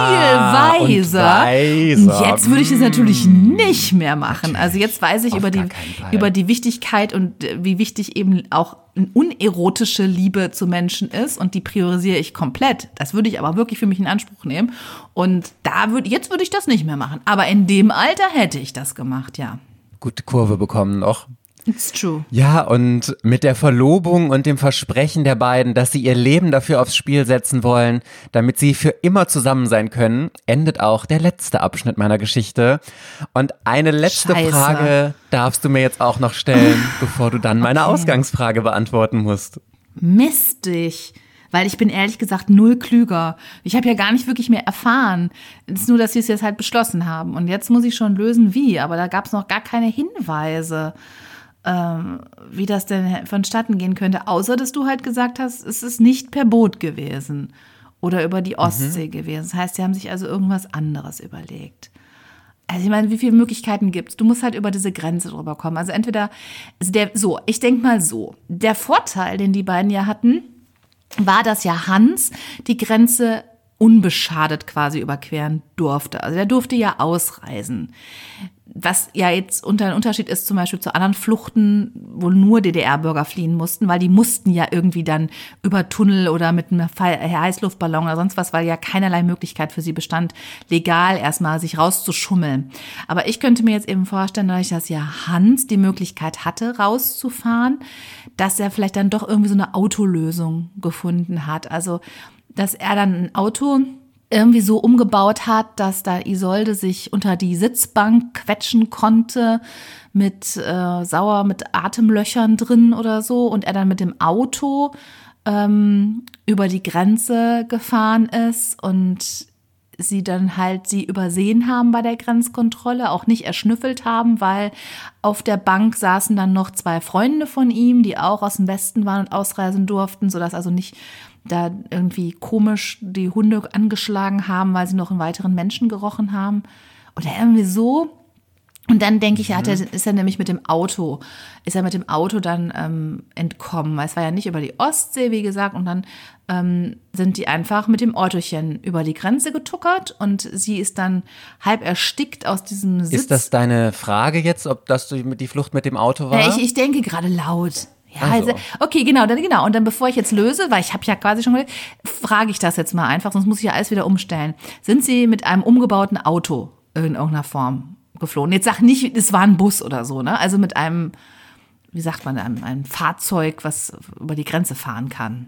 weiser. Und jetzt würde ich das natürlich nicht mehr machen. Also jetzt weiß ich über die Wichtigkeit und wie wichtig eben auch eine unerotische Liebe zu Menschen ist und die priorisiere ich komplett. Das würde ich aber wirklich für mich in Anspruch nehmen. Und jetzt würde ich das nicht mehr machen. Aber in dem Alter hätte ich das gemacht, ja. Gute Kurve bekommen noch. It's true. Ja, und mit der Verlobung und dem Versprechen der beiden, dass sie ihr Leben dafür aufs Spiel setzen wollen, damit sie für immer zusammen sein können, endet auch der letzte Abschnitt meiner Geschichte. Und eine letzte Frage darfst du mir jetzt auch noch stellen, bevor du dann meine Ausgangsfrage beantworten musst. Mistig. Weil ich bin ehrlich gesagt null klüger. Ich habe ja gar nicht wirklich mehr erfahren. Es ist nur, dass sie es jetzt halt beschlossen haben. Und jetzt muss ich schon lösen, wie. Aber da gab es noch gar keine Hinweise, wie das denn vonstatten gehen könnte. Außer, dass du halt gesagt hast, es ist nicht per Boot gewesen oder über die Ostsee gewesen. Das heißt, sie haben sich also irgendwas anderes überlegt. Also ich meine, wie viele Möglichkeiten gibt es? Du musst halt über diese Grenze drüber kommen. Also entweder, ich denke mal so, der Vorteil, den die beiden ja hatten, war, dass ja Hans die Grenze unbeschadet quasi überqueren durfte. Also der durfte ja ausreisen. Was ja jetzt ein Unterschied ist zum Beispiel zu anderen Fluchten, wo nur DDR-Bürger fliehen mussten, weil die mussten ja irgendwie dann über Tunnel oder mit einem Heißluftballon oder sonst was, weil ja keinerlei Möglichkeit für sie bestand, legal erstmal sich rauszuschummeln. Aber ich könnte mir jetzt eben vorstellen, dadurch, dass ja Hans die Möglichkeit hatte, rauszufahren, dass er vielleicht dann doch irgendwie so eine Autolösung gefunden hat. Also, dass er dann ein Auto irgendwie so umgebaut hat, dass da Isolde sich unter die Sitzbank quetschen konnte mit Atemlöchern drin oder so und er dann mit dem Auto über die Grenze gefahren ist und sie dann halt sie übersehen haben bei der Grenzkontrolle, auch nicht erschnüffelt haben, weil auf der Bank saßen dann noch 2 Freunde von ihm, die auch aus dem Westen waren und ausreisen durften, sodass also nicht da irgendwie komisch die Hunde angeschlagen haben, weil sie noch einen weiteren Menschen gerochen haben. Oder irgendwie so. Und dann denke ich, ist er nämlich mit dem Auto dann entkommen. Weil es war ja nicht über die Ostsee, wie gesagt. Und dann sind die einfach mit dem Autochen über die Grenze getuckert. Und sie ist dann halb erstickt aus diesem Sitz. Ist das deine Frage jetzt, ob das die Flucht mit dem Auto war? Ja, ich denke gerade laut. Ja, also, okay, genau. Und dann, bevor ich jetzt löse, weil ich habe ja quasi schon gesagt, frage ich das jetzt mal einfach, sonst muss ich ja alles wieder umstellen. Sind Sie mit einem umgebauten Auto in irgendeiner Form geflohen? Jetzt sag nicht, es war ein Bus oder so, ne? Also mit einem, wie sagt man, einem Fahrzeug, was über die Grenze fahren kann.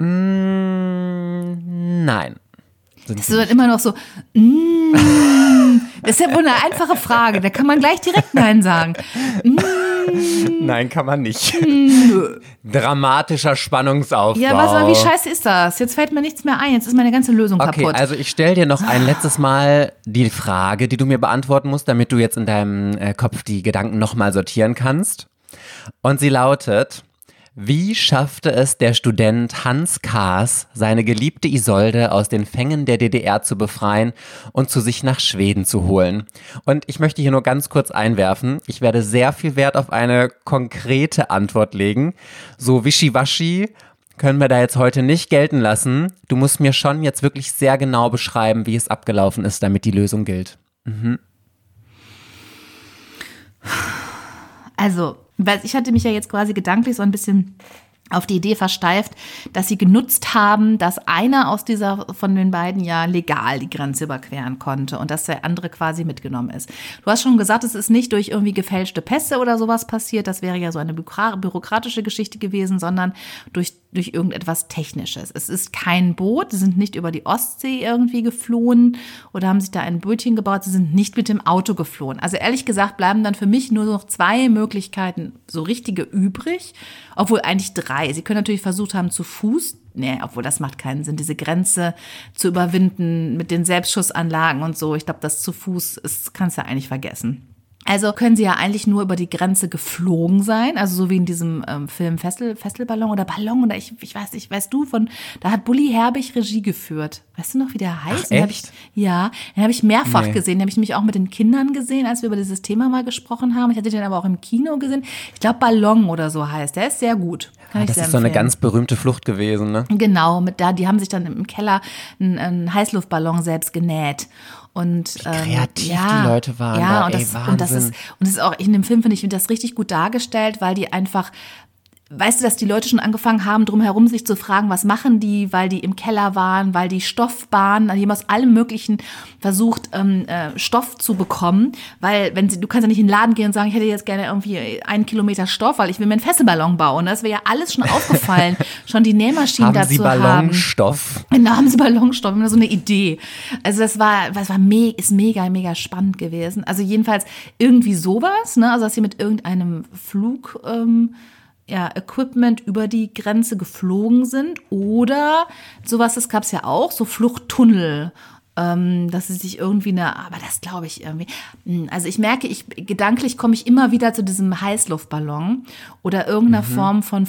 Nein. Das ist dann immer noch so, das ist ja wohl eine einfache Frage, da kann man gleich direkt Nein sagen. Nein, kann man nicht. Dramatischer Spannungsaufbau. Ja, wie scheiße ist das? Jetzt fällt mir nichts mehr ein, jetzt ist meine ganze Lösung kaputt. Okay, also ich stelle dir noch ein letztes Mal die Frage, die du mir beantworten musst, damit du jetzt in deinem Kopf die Gedanken nochmal sortieren kannst. Und sie lautet: Wie schaffte es der Student Hans Kaas, seine geliebte Isolde aus den Fängen der DDR zu befreien und zu sich nach Schweden zu holen? Und ich möchte hier nur ganz kurz einwerfen, ich werde sehr viel Wert auf eine konkrete Antwort legen. So wischiwaschi können wir da jetzt heute nicht gelten lassen. Du musst mir schon jetzt wirklich sehr genau beschreiben, wie es abgelaufen ist, damit die Lösung gilt. Also, weil ich hatte mich ja jetzt quasi gedanklich so ein bisschen auf die Idee versteift, dass sie genutzt haben, dass einer von den beiden ja legal die Grenze überqueren konnte und dass der andere quasi mitgenommen ist. Du hast schon gesagt, es ist nicht durch irgendwie gefälschte Pässe oder sowas passiert, das wäre ja so eine bürokratische Geschichte gewesen, sondern durch irgendetwas Technisches. Es ist kein Boot, sie sind nicht über die Ostsee irgendwie geflohen oder haben sich da ein Bötchen gebaut, sie sind nicht mit dem Auto geflohen. Also ehrlich gesagt bleiben dann für mich nur noch 2 Möglichkeiten so richtige übrig, obwohl eigentlich 3. Sie können natürlich versucht haben, zu Fuß, obwohl das macht keinen Sinn, diese Grenze zu überwinden mit den Selbstschussanlagen und so. Ich glaube, das zu Fuß kannst du ja eigentlich vergessen. Also können sie ja eigentlich nur über die Grenze geflogen sein, also so wie in diesem Film Fesselballon oder Ballon oder ich weiß nicht, weißt du, da hat Bully Herbig Regie geführt. Weißt du noch, wie der heißt? Ach, echt? Den habe ich mehrfach gesehen, den habe ich nämlich auch mit den Kindern gesehen, als wir über dieses Thema mal gesprochen haben. Ich hatte den aber auch im Kino gesehen. Ich glaube Ballon oder so heißt, der ist sehr gut. Das ist so eine ganz berühmte Flucht gewesen, ne? Genau, die haben sich dann im Keller einen Heißluftballon selbst genäht. Und wie kreativ die Leute waren. Ja, Wahnsinn. Und das ist auch, in dem Film finde ich das richtig gut dargestellt, weil die einfach weißt du, dass die Leute schon angefangen haben, drumherum sich zu fragen, was machen die, weil die im Keller waren, weil die Stoffbahnen, also die haben aus allem Möglichen versucht, Stoff zu bekommen, weil du kannst ja nicht in den Laden gehen und sagen, ich hätte jetzt gerne irgendwie 1 Kilometer Stoff, weil ich will mir einen Fesselballon bauen. Das wäre ja alles schon aufgefallen, schon die Nähmaschinen dazu haben. Haben Sie Ballonstoff? Genau, haben Sie Ballonstoff, immer so eine Idee. Also ist mega, mega spannend gewesen. Also jedenfalls irgendwie sowas, ne, also dass sie mit irgendeinem Flug Equipment über die Grenze geflogen sind oder sowas, das gab es ja auch, so Fluchttunnel, dass sie sich irgendwie aber das glaube ich irgendwie, also ich merke, gedanklich komme ich immer wieder zu diesem Heißluftballon oder irgendeiner Form von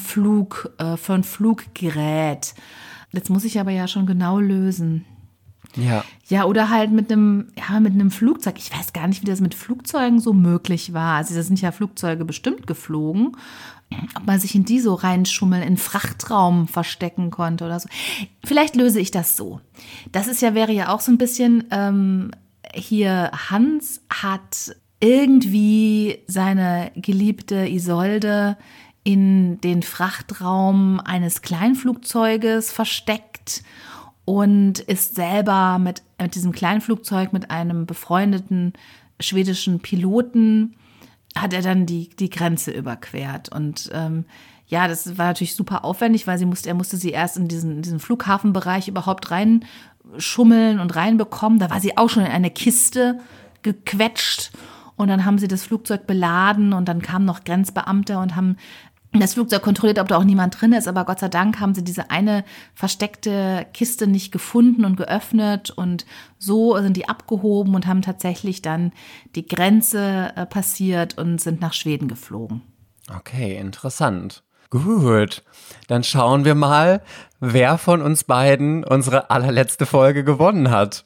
Fluggerät. Jetzt muss ich aber ja schon genau lösen. Ja. Ja, oder halt mit einem Flugzeug. Ich weiß gar nicht, wie das mit Flugzeugen so möglich war. Also da sind ja Flugzeuge bestimmt geflogen. Ob man sich in die so reinschummeln, in Frachtraum verstecken konnte oder so. Vielleicht löse ich das so. Wäre ja auch so ein bisschen, hier Hans hat irgendwie seine geliebte Isolde in den Frachtraum eines Kleinflugzeuges versteckt und ist selber mit diesem Kleinflugzeug mit einem befreundeten schwedischen Piloten hat er dann die Grenze überquert. Und das war natürlich super aufwendig, weil er musste sie erst in diesen Flughafenbereich überhaupt reinschummeln und reinbekommen. Da war sie auch schon in eine Kiste gequetscht und dann haben sie das Flugzeug beladen und dann kamen noch Grenzbeamte und haben das Flugzeug kontrolliert, ob da auch niemand drin ist, aber Gott sei Dank haben sie diese eine versteckte Kiste nicht gefunden und geöffnet und so sind die abgehoben und haben tatsächlich dann die Grenze passiert und sind nach Schweden geflogen. Okay, interessant. Gut, dann schauen wir mal, wer von uns beiden unsere allerletzte Folge gewonnen hat.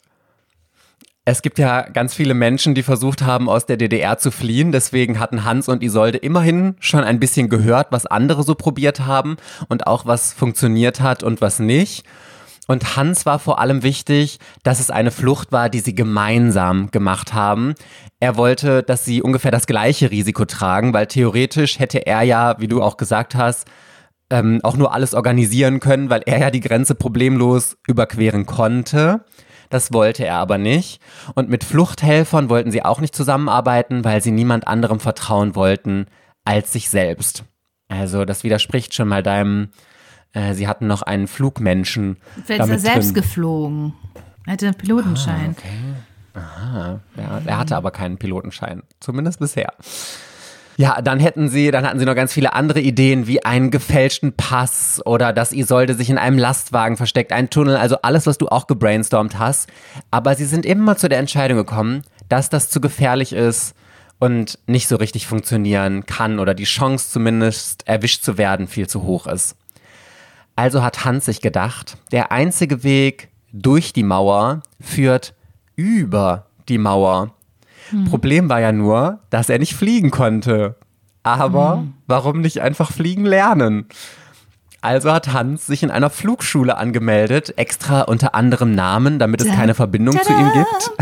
Es gibt ja ganz viele Menschen, die versucht haben, aus der DDR zu fliehen. Deswegen hatten Hans und Isolde immerhin schon ein bisschen gehört, was andere so probiert haben und auch was funktioniert hat und was nicht. Und Hans war vor allem wichtig, dass es eine Flucht war, die sie gemeinsam gemacht haben. Er wollte, dass sie ungefähr das gleiche Risiko tragen, weil theoretisch hätte er ja, wie du auch gesagt hast, auch nur alles organisieren können, weil er ja die Grenze problemlos überqueren konnte. Das wollte er aber nicht. Und mit Fluchthelfern wollten sie auch nicht zusammenarbeiten, weil sie niemand anderem vertrauen wollten als sich selbst. Also das widerspricht schon mal deinem, sie hatten noch einen Flugmenschen. Vielleicht ist er selbst geflogen. Er hatte einen Pilotenschein. Okay. Aha. Ja, er hatte aber keinen Pilotenschein. Zumindest bisher. Ja, dann hatten sie noch ganz viele andere Ideen, wie einen gefälschten Pass oder dass Isolde sich in einem Lastwagen versteckt, einen Tunnel, also alles, was du auch gebrainstormt hast. Aber sie sind immer zu der Entscheidung gekommen, dass das zu gefährlich ist und nicht so richtig funktionieren kann oder die Chance zumindest erwischt zu werden viel zu hoch ist. Also hat Hans sich gedacht, der einzige Weg durch die Mauer führt über die Mauer. Problem war ja nur, dass er nicht fliegen konnte. Aber warum nicht einfach fliegen lernen? Also hat Hans sich in einer Flugschule angemeldet, extra unter anderem Namen, damit es keine Verbindung zu ihm gibt.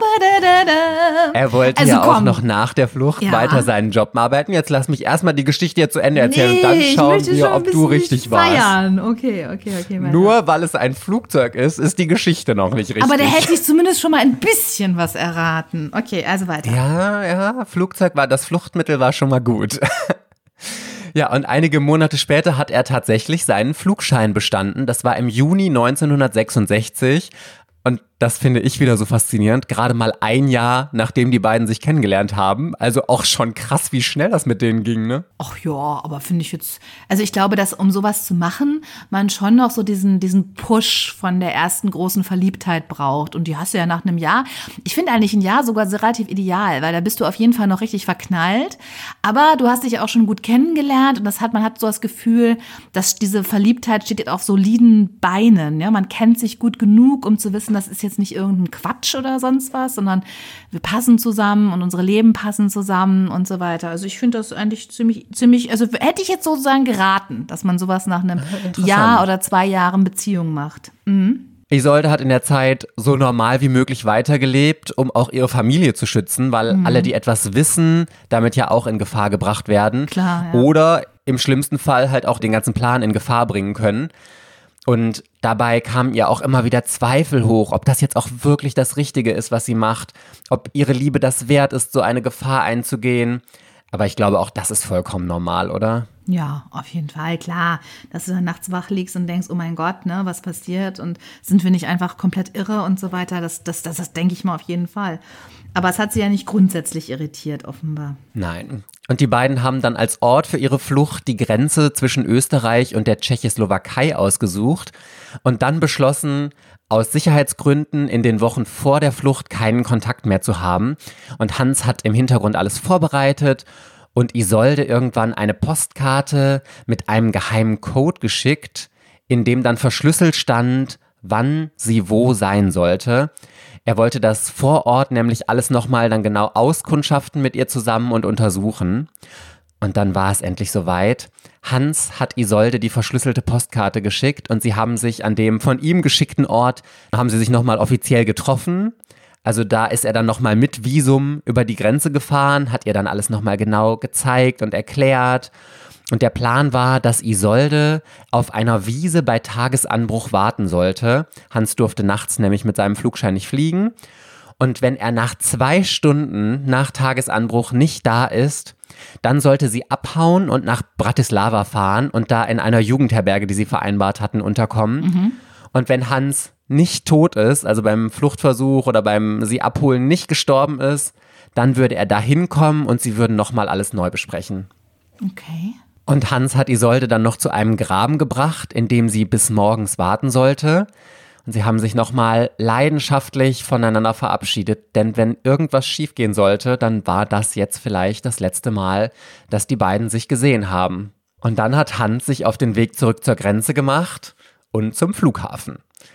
Er wollte auch noch nach der Flucht weiter seinen Job arbeiten. Jetzt lass mich erstmal die Geschichte jetzt zu Ende erzählen und dann schauen wir, ob du richtig warst. Okay. Nur weil es ein Flugzeug ist die Geschichte noch nicht richtig. Aber der hätte ich zumindest schon mal ein bisschen was erraten. Okay, also weiter. Ja, das Fluchtmittel war schon mal gut. Ja, und einige Monate später hat er tatsächlich seinen Flugschein bestanden. Das war im Juni 1966. Und das finde ich wieder so faszinierend, gerade mal ein Jahr, nachdem die beiden sich kennengelernt haben. Also auch schon krass, wie schnell das mit denen ging, ne? Ach ja, aber finde ich jetzt, also ich glaube, dass um sowas zu machen, man schon noch so diesen Push von der ersten großen Verliebtheit braucht. Und die hast du ja nach einem Jahr. Ich finde eigentlich ein Jahr sogar relativ ideal, weil da bist du auf jeden Fall noch richtig verknallt. Aber du hast dich auch schon gut kennengelernt und man hat so das Gefühl, dass diese Verliebtheit steht jetzt auf soliden Beinen. Ja, man kennt sich gut genug, um zu wissen, das ist jetzt nicht irgendein Quatsch oder sonst was, sondern wir passen zusammen und unsere Leben passen zusammen und so weiter. Also ich finde das eigentlich ziemlich, also hätte ich jetzt sozusagen geraten, dass man sowas nach einem Jahr oder 2 Jahren Beziehung macht. Mhm. Isolde hat in der Zeit so normal wie möglich weitergelebt, um auch ihre Familie zu schützen, weil alle, die etwas wissen, damit ja auch in Gefahr gebracht werden. Klar, ja. Oder im schlimmsten Fall halt auch den ganzen Plan in Gefahr bringen können. Und dabei kamen ihr auch immer wieder Zweifel hoch, ob das jetzt auch wirklich das Richtige ist, was sie macht, ob ihre Liebe das wert ist, so eine Gefahr einzugehen. Aber ich glaube, auch das ist vollkommen normal, oder? Ja, auf jeden Fall, klar, dass du dann nachts wach liegst und denkst, oh mein Gott, ne, was passiert und sind wir nicht einfach komplett irre und so weiter, das denke ich mal auf jeden Fall. Aber es hat sie ja nicht grundsätzlich irritiert, offenbar. Nein. Und die beiden haben dann als Ort für ihre Flucht die Grenze zwischen Österreich und der Tschechoslowakei ausgesucht und dann beschlossen, aus Sicherheitsgründen in den Wochen vor der Flucht keinen Kontakt mehr zu haben. Und Hans hat im Hintergrund alles vorbereitet und Isolde irgendwann eine Postkarte mit einem geheimen Code geschickt, in dem dann verschlüsselt stand, wann sie wo sein sollte. Er wollte das vor Ort nämlich alles nochmal dann genau auskundschaften mit ihr zusammen und untersuchen. Und dann war es endlich soweit. Hans hat Isolde die verschlüsselte Postkarte geschickt und sie haben sich an dem von ihm geschickten Ort, haben sie sich nochmal offiziell getroffen. Also da ist er dann nochmal mit Visum über die Grenze gefahren, hat ihr dann alles nochmal genau gezeigt und erklärt. Und der Plan war, dass Isolde auf einer Wiese bei Tagesanbruch warten sollte. Hans durfte nachts nämlich mit seinem Flugschein nicht fliegen. Und wenn er nach 2 Stunden nach Tagesanbruch nicht da ist, dann sollte sie abhauen und nach Bratislava fahren und da in einer Jugendherberge, die sie vereinbart hatten, unterkommen. Mhm. Und wenn Hans nicht tot ist, also beim Fluchtversuch oder beim sie abholen nicht gestorben ist, dann würde er da hinkommen und sie würden nochmal alles neu besprechen. Okay. Und Hans hat Isolde dann noch zu einem Graben gebracht, in dem sie bis morgens warten sollte. Und sie haben sich nochmal leidenschaftlich voneinander verabschiedet, denn wenn irgendwas schiefgehen sollte, dann war das jetzt vielleicht das letzte Mal, dass die beiden sich gesehen haben. Und dann hat Hans sich auf den Weg zurück zur Grenze gemacht und zum Flughafen.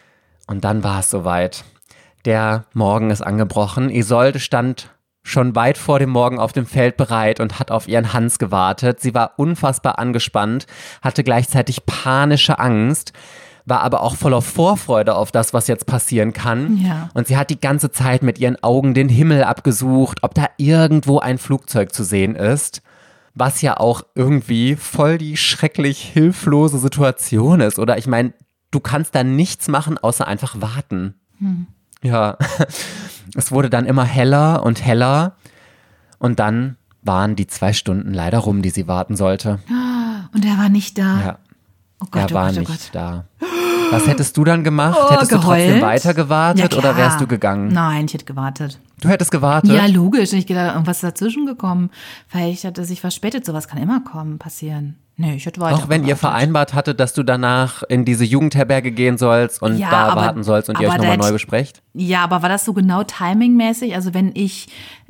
Und dann war es soweit. Der Morgen ist angebrochen. Isolde stand schon weit vor dem Morgen auf dem Feld bereit und hat auf ihren Hans gewartet. Sie war unfassbar angespannt, hatte gleichzeitig panische Angst, war aber auch voller Vorfreude auf das, was jetzt passieren kann. Ja. Und sie hat die ganze Zeit mit ihren Augen den Himmel abgesucht, ob da irgendwo ein Flugzeug zu sehen ist. Was ja auch irgendwie voll die schrecklich hilflose Situation ist. Oder ich meine, du kannst da nichts machen, außer einfach warten. Ja, es wurde dann immer heller und heller und dann waren die 2 Stunden leider rum, die sie warten sollte. Und er war nicht da? Ja, oh Gott, er war nicht da. Was hättest du dann gemacht? Hättest geheult? du trotzdem weiter gewartet Ja, oder wärst du gegangen? Nein, ich hätte gewartet. Du hättest gewartet? Ja, logisch. Ich gedacht, irgendwas ist dazwischen gekommen. Vielleicht hat er sich verspätet. Sowas kann immer passieren. Nee, ich hätte weiter Auch wenn ihr vereinbart hattet, dass du danach in diese Jugendherberge gehen sollst und Ja, da aber- warten sollst und ihr euch aber nochmal das- neu besprecht? Ja, aber war das so genau timingmäßig? Also wenn ich,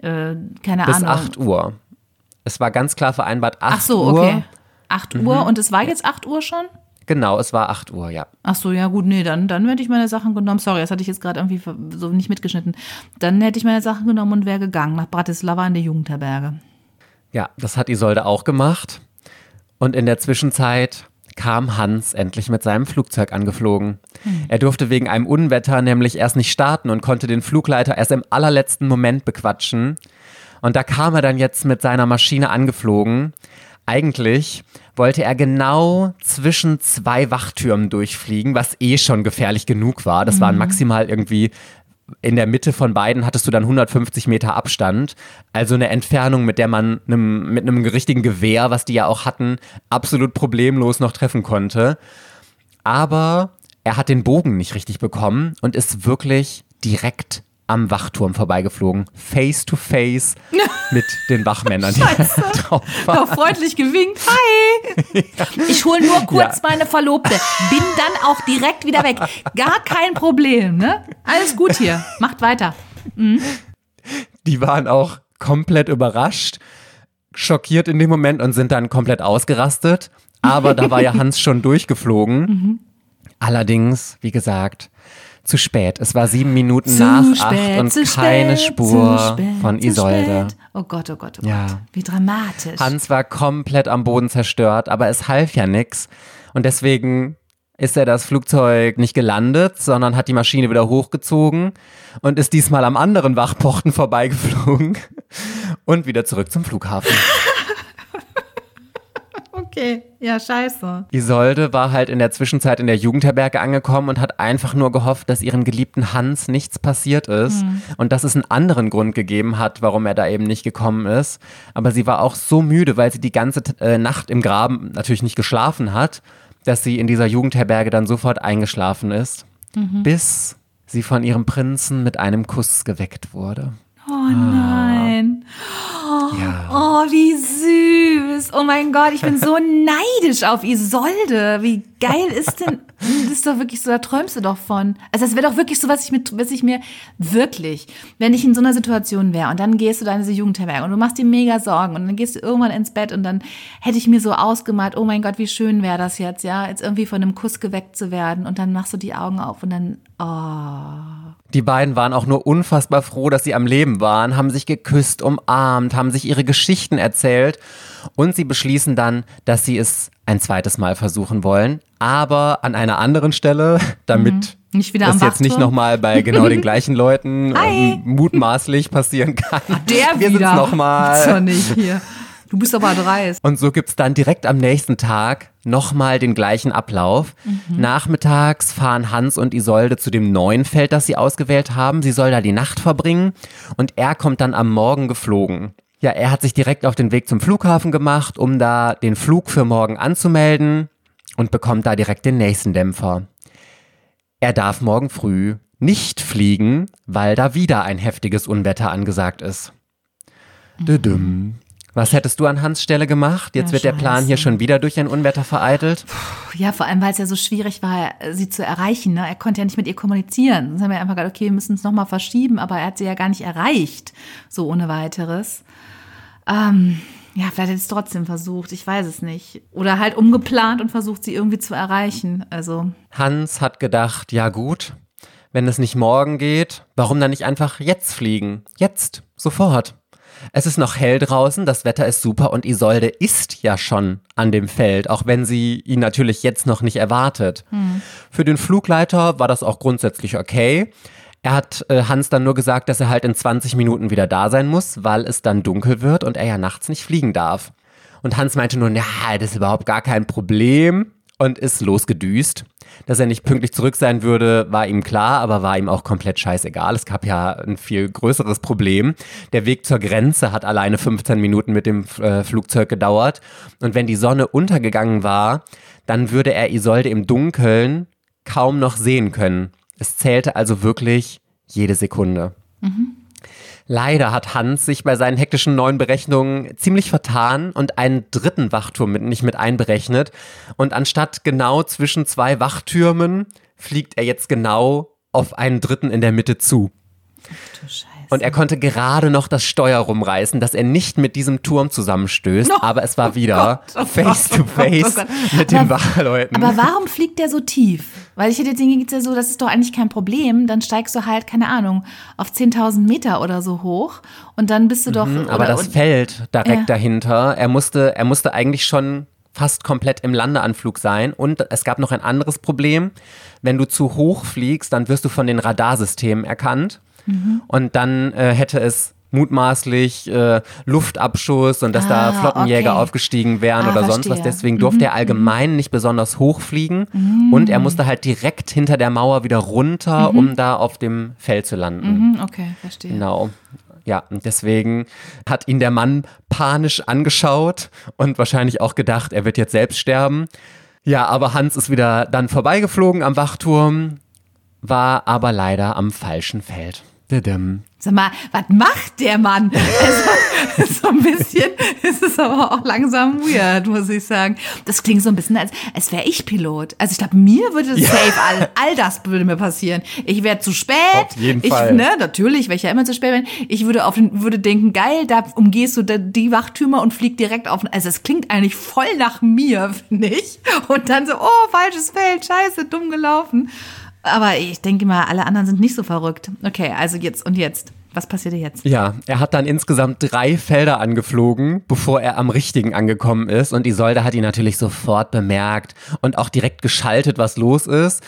keine Bis Ahnung. 8 Uhr. Es war ganz klar vereinbart 8 Ach so, Uhr. okay. 8 Uhr und es war jetzt 8 Uhr schon? Genau, es war 8 Uhr, ja. Ach so, ja gut, nee, dann hätte ich meine Sachen genommen. Sorry, das hatte ich jetzt gerade irgendwie so nicht mitgeschnitten. Dann hätte ich meine Sachen genommen und wäre gegangen nach Bratislava in die Jugendherberge. Ja, das hat Isolde auch gemacht. Und in der Zwischenzeit kam Hans endlich mit seinem Flugzeug angeflogen. Er durfte wegen einem Unwetter nämlich erst nicht starten und konnte den Flugleiter erst im allerletzten Moment bequatschen. Und da kam er dann jetzt mit seiner Maschine angeflogen. Eigentlich wollte er genau zwischen 2 Wachtürmen durchfliegen, was eh schon gefährlich genug war. Das waren maximal irgendwie in der Mitte von beiden hattest du dann 150 Meter Abstand. Also eine Entfernung, mit der man mit einem richtigen Gewehr, was die ja auch hatten, absolut problemlos noch treffen konnte. Aber er hat den Bogen nicht richtig bekommen und ist wirklich direkt am Wachturm vorbeigeflogen. Face to face mit den Wachmännern, die drauf waren. Auch freundlich gewinkt. Hi! Ich hole nur kurz meine Verlobte. Bin dann auch direkt wieder weg. Gar kein Problem, ne? Alles gut hier. Macht weiter. Die waren auch komplett überrascht, schockiert in dem Moment und sind dann komplett ausgerastet. Aber da war ja Hans schon durchgeflogen. Allerdings, wie gesagt, zu spät. Es war 7 Minuten nach 8 und keine Spur von Isolde. Oh Gott, oh Gott, oh Ja. Gott. Wie dramatisch. Hans war komplett am Boden zerstört, aber es half ja nix. Und deswegen ist er das Flugzeug nicht gelandet, sondern hat die Maschine wieder hochgezogen und ist diesmal am anderen Wachposten vorbeigeflogen und wieder zurück zum Flughafen. Okay, ja, scheiße. Isolde war halt in der Zwischenzeit in der Jugendherberge angekommen und hat einfach nur gehofft, dass ihrem geliebten Hans nichts passiert ist und dass es einen anderen Grund gegeben hat, warum er da eben nicht gekommen ist. Aber sie war auch so müde, weil sie die ganze Nacht im Graben natürlich nicht geschlafen hat, dass sie in dieser Jugendherberge dann sofort eingeschlafen ist, bis sie von ihrem Prinzen mit einem Kuss geweckt wurde. Oh nein. Ja. Oh, wie süß. Oh mein Gott, ich bin so neidisch auf Isolde. Wie geil ist denn, das ist doch wirklich so, da träumst du doch von. Also das wäre doch wirklich so, was ich mir wirklich, wenn ich in so einer Situation wäre und dann gehst du da in diese Jugendherberge und du machst dir mega Sorgen und dann gehst du irgendwann ins Bett und dann hätte ich mir so ausgemalt, oh mein Gott, wie schön wäre das jetzt, ja, jetzt irgendwie von einem Kuss geweckt zu werden und dann machst du die Augen auf und dann, Die beiden waren auch nur unfassbar froh, dass sie am Leben waren, haben sich geküsst, umarmt, haben sich ihre Geschichten erzählt und sie beschließen dann, dass sie es ein zweites Mal versuchen wollen, aber an einer anderen Stelle, damit nicht wieder das am jetzt nicht Wachturm? nochmal bei genau den gleichen Leuten mutmaßlich passieren kann. der Wir wieder. sind's nochmal. Ist doch nicht hier. Du bist aber dreist. Und so gibt's dann direkt am nächsten Tag nochmal den gleichen Ablauf. Nachmittags fahren Hans und Isolde zu dem neuen Feld, das sie ausgewählt haben. Sie soll da die Nacht verbringen und er kommt dann am Morgen geflogen. Ja, er hat sich direkt auf den Weg zum Flughafen gemacht, um da den Flug für morgen anzumelden und bekommt da direkt den nächsten Dämpfer. Er darf morgen früh nicht fliegen, weil da wieder ein heftiges Unwetter angesagt ist. Düdüm. Was hättest du an Hans Stelle gemacht? Jetzt Ja, wird der Plan scheiße. hier schon wieder durch ein Unwetter vereitelt. Ja, vor allem, weil es ja so schwierig war, sie zu erreichen. Ne? Er konnte ja nicht mit ihr kommunizieren. Sonst haben wir einfach gedacht, okay, wir müssen es nochmal verschieben, aber er hat sie ja gar nicht erreicht, so ohne weiteres. Ja, vielleicht hätte es trotzdem versucht, ich weiß es nicht. Oder halt umgeplant und versucht, sie irgendwie zu erreichen. Also Hans hat gedacht, ja gut, wenn es nicht morgen geht, warum dann nicht einfach jetzt fliegen? Jetzt, sofort. Es ist noch hell draußen, das Wetter ist super und Isolde ist ja schon an dem Feld, auch wenn sie ihn natürlich jetzt noch nicht erwartet. Für den Flugleiter war das auch grundsätzlich okay. Er hat Hans dann nur gesagt, dass er halt in 20 Minuten wieder da sein muss, weil es dann dunkel wird und er ja nachts nicht fliegen darf. Und Hans meinte nur, ja, das ist überhaupt gar kein Problem und ist losgedüst. Dass er nicht pünktlich zurück sein würde, war ihm klar, aber war ihm auch komplett scheißegal. Es gab ja ein viel größeres Problem. Der Weg zur Grenze hat alleine 15 Minuten mit dem Flugzeug gedauert. Und wenn die Sonne untergegangen war, dann würde er Isolde im Dunkeln kaum noch sehen können. Es zählte also wirklich jede Sekunde. Leider hat Hans sich bei seinen hektischen neuen Berechnungen ziemlich vertan und einen dritten Wachturm nicht mit einberechnet. Und anstatt genau zwischen zwei Wachtürmen fliegt er jetzt genau auf einen dritten in der Mitte zu. du Scheiße. Und er konnte gerade noch das Steuer rumreißen, dass er nicht mit diesem Turm zusammenstößt. Aber es war wieder face to face mit den Wachleuten. Aber warum fliegt der so tief? Weil ich hätte jetzt geht's ja so, das ist doch eigentlich kein Problem. Dann steigst du halt, keine Ahnung, auf 10.000 Meter oder so hoch und dann bist du doch... Aber das Feld direkt dahinter, er musste eigentlich schon fast komplett im Landeanflug sein. Und es gab noch ein anderes Problem. Wenn du zu hoch fliegst, dann wirst du von den Radarsystemen erkannt. Und dann hätte es mutmaßlich Luftabschuss und dass da Flottenjäger aufgestiegen wären oder sonst was. Deswegen durfte er allgemein nicht besonders hoch fliegen. Und er musste halt direkt hinter der Mauer wieder runter, um da auf dem Feld zu landen. Okay, verstehe. Genau. Ja, und deswegen hat ihn der Mann panisch angeschaut und wahrscheinlich auch gedacht, er wird jetzt selbst sterben. Ja, aber Hans ist wieder dann vorbeigeflogen am Wachturm, war aber leider am falschen Feld. Sag mal, was macht der Mann? Also, so ein bisschen ist es aber auch langsam weird, muss ich sagen. Das klingt so ein bisschen, als wäre ich Pilot. Also ich glaube, mir würde safe, all das würde mir passieren. Ich wäre zu spät. Auf jeden Fall. Natürlich, weil ich ja immer zu spät bin. Ich würde denken, geil, da umgehst du die Wachtürme und flieg direkt auf. Also es klingt eigentlich voll nach mir, finde ich. Und dann so, oh, falsches Feld, scheiße, dumm gelaufen. Aber ich denke mal, alle anderen sind nicht so verrückt. Okay, also jetzt. Was passierte jetzt? Ja, er hat dann insgesamt 3 Felder angeflogen, bevor er am richtigen angekommen ist. Und Isolde hat ihn natürlich sofort bemerkt und auch direkt geschaltet, was los ist.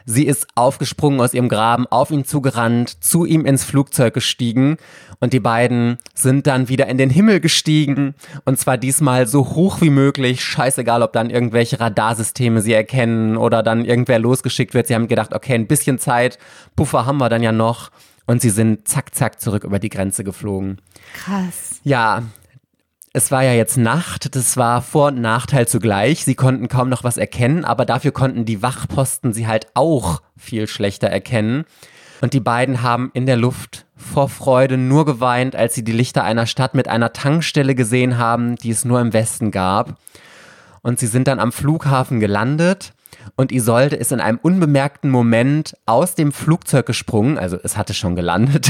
Sie ist aufgesprungen aus ihrem Graben, auf ihn zugerannt, zu ihm ins Flugzeug gestiegen und die beiden sind dann wieder in den Himmel gestiegen und zwar diesmal so hoch wie möglich, scheißegal, ob dann irgendwelche Radarsysteme sie erkennen oder dann irgendwer losgeschickt wird. Sie haben gedacht, okay, ein bisschen Zeit, Puffer haben wir dann ja noch und sie sind zack, zack zurück über die Grenze geflogen. Krass. Ja, es war ja jetzt Nacht, das war Vor- und Nachteil zugleich. Sie konnten kaum noch was erkennen, aber dafür konnten die Wachposten sie halt auch viel schlechter erkennen. Und die beiden haben in der Luft vor Freude nur geweint, als sie die Lichter einer Stadt mit einer Tankstelle gesehen haben, die es nur im Westen gab. Und sie sind dann am Flughafen gelandet. Und Isolde ist in einem unbemerkten Moment aus dem Flugzeug gesprungen, also es hatte schon gelandet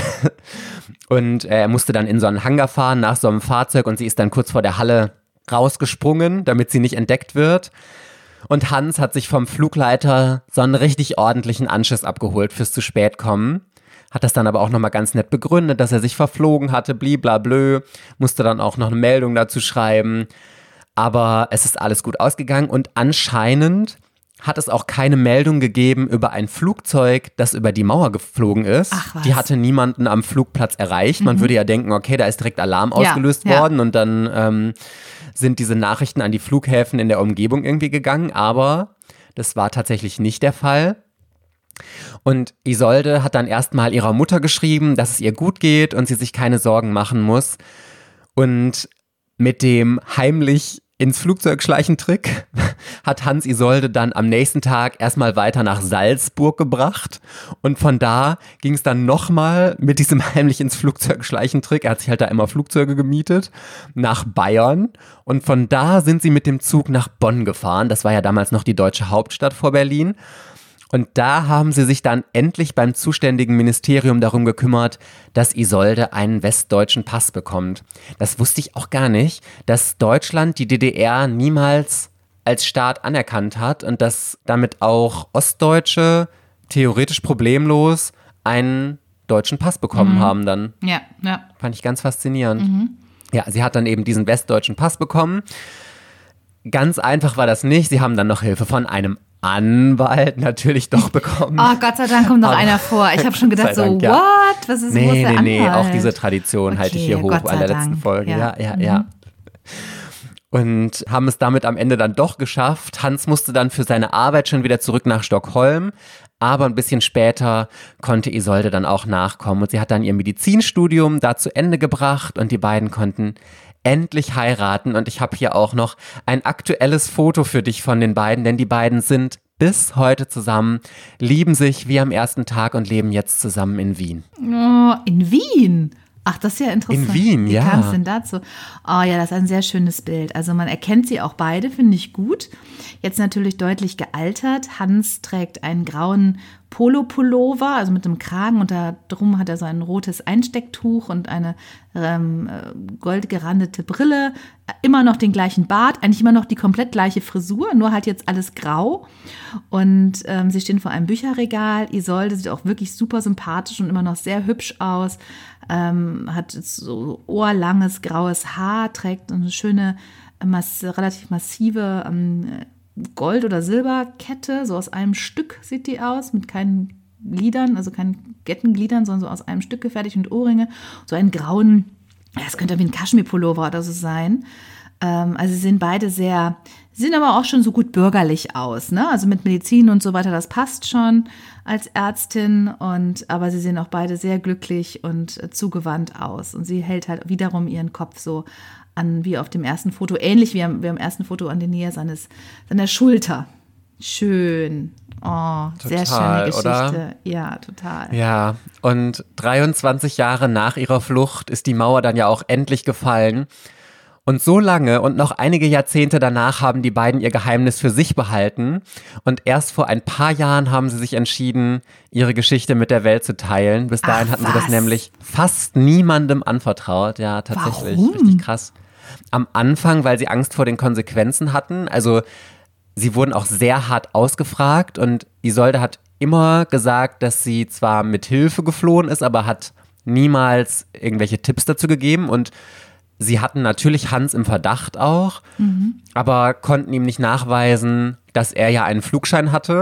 und er musste dann in so einen Hangar fahren nach so einem Fahrzeug und sie ist dann kurz vor der Halle rausgesprungen, damit sie nicht entdeckt wird. Und Hans hat sich vom Flugleiter so einen richtig ordentlichen Anschiss abgeholt fürs zu spät kommen. Hat das dann aber auch nochmal ganz nett begründet, dass er sich verflogen hatte, bliblablö, musste dann auch noch eine Meldung dazu schreiben. Aber es ist alles gut ausgegangen und anscheinend hat es auch keine Meldung gegeben über ein Flugzeug, das über die Mauer geflogen ist. Ach, was? Die hatte niemanden am Flugplatz erreicht. Man würde ja denken, okay, da ist direkt Alarm ausgelöst worden und dann sind diese Nachrichten an die Flughäfen in der Umgebung irgendwie gegangen. Aber das war tatsächlich nicht der Fall. Und Isolde hat dann erstmal ihrer Mutter geschrieben, dass es ihr gut geht und sie sich keine Sorgen machen muss. Und mit dem heimlich ins Flugzeug schleichen Trick hat Hans Isolde dann am nächsten Tag erstmal weiter nach Salzburg gebracht und von da ging es dann nochmal mit diesem heimlich ins Flugzeug schleichen Trick, er hat sich halt da immer Flugzeuge gemietet, nach Bayern und von da sind sie mit dem Zug nach Bonn gefahren, das war ja damals noch die deutsche Hauptstadt vor Berlin. Und da haben sie sich dann endlich beim zuständigen Ministerium darum gekümmert, dass Isolde einen westdeutschen Pass bekommt. Das wusste ich auch gar nicht, dass Deutschland die DDR niemals als Staat anerkannt hat und dass damit auch Ostdeutsche theoretisch problemlos einen deutschen Pass bekommen haben dann. Ja. Fand ich ganz faszinierend. Ja, sie hat dann eben diesen westdeutschen Pass bekommen. Ganz einfach war das nicht. Sie haben dann noch Hilfe von einem Anwalt natürlich doch bekommen. Oh, Gott sei Dank kommt noch einer vor. Ich habe schon gedacht, Dank, so, what? Was ist Nee, der Anwalt? nee, auch diese Tradition halte ich hier hoch bei der letzten Folge. Ja. Und haben es damit am Ende dann doch geschafft. Hans musste dann für seine Arbeit schon wieder zurück nach Stockholm. Aber ein bisschen später konnte Isolde dann auch nachkommen. Und sie hat dann ihr Medizinstudium da zu Ende gebracht und die beiden konnten endlich heiraten. Und ich habe hier auch noch ein aktuelles Foto für dich von den beiden, denn die beiden sind bis heute zusammen, lieben sich wie am ersten Tag und leben jetzt zusammen in Wien. Oh, in Wien? Ach, das ist ja interessant. In Wien, ja. Wie kam es denn dazu? Oh ja, das ist ein sehr schönes Bild. Also man erkennt sie auch beide, finde ich gut. Jetzt natürlich deutlich gealtert. Hans trägt einen grauen Polo-Pullover, also mit einem Kragen und da drum hat er so ein rotes Einstecktuch und eine goldgerandete Brille. Immer noch den gleichen Bart, eigentlich immer noch die komplett gleiche Frisur, nur halt jetzt alles grau. Und sie stehen vor einem Bücherregal. Isolde sieht auch wirklich super sympathisch und immer noch sehr hübsch aus. Hat so ohrlanges graues Haar, trägt eine schöne, relativ massive Gold- oder Silberkette, so aus einem Stück sieht die aus, mit keinen Gliedern, also keinen Kettengliedern, sondern so aus einem Stück gefertigt und Ohrringe, so einen grauen, das könnte wie ein Kaschmirpullover oder so sein. Also sie sehen beide sie sehen aber auch schon so gut bürgerlich aus, ne? Also mit Medizin und so weiter, das passt schon als Ärztin aber sie sehen auch beide sehr glücklich und zugewandt aus und sie hält halt wiederum ihren Kopf so an, wie auf dem ersten Foto, ähnlich wie am ersten Foto an der Nähe seiner Schulter. Schön. Oh, total, sehr schöne Geschichte. Oder? Ja, total. Ja, und 23 Jahre nach ihrer Flucht ist die Mauer dann ja auch endlich gefallen. Und so lange und noch einige Jahrzehnte danach haben die beiden ihr Geheimnis für sich behalten. Und erst vor ein paar Jahren haben sie sich entschieden, ihre Geschichte mit der Welt zu teilen. Bis dahin hatten sie das nämlich fast niemandem anvertraut. Ja, tatsächlich. Warum? Richtig krass. Am Anfang, weil sie Angst vor den Konsequenzen hatten. Also sie wurden auch sehr hart ausgefragt und Isolde hat immer gesagt, dass sie zwar mit Hilfe geflohen ist, aber hat niemals irgendwelche Tipps dazu gegeben und sie hatten natürlich Hans im Verdacht auch, aber konnten ihm nicht nachweisen, dass er ja einen Flugschein hatte.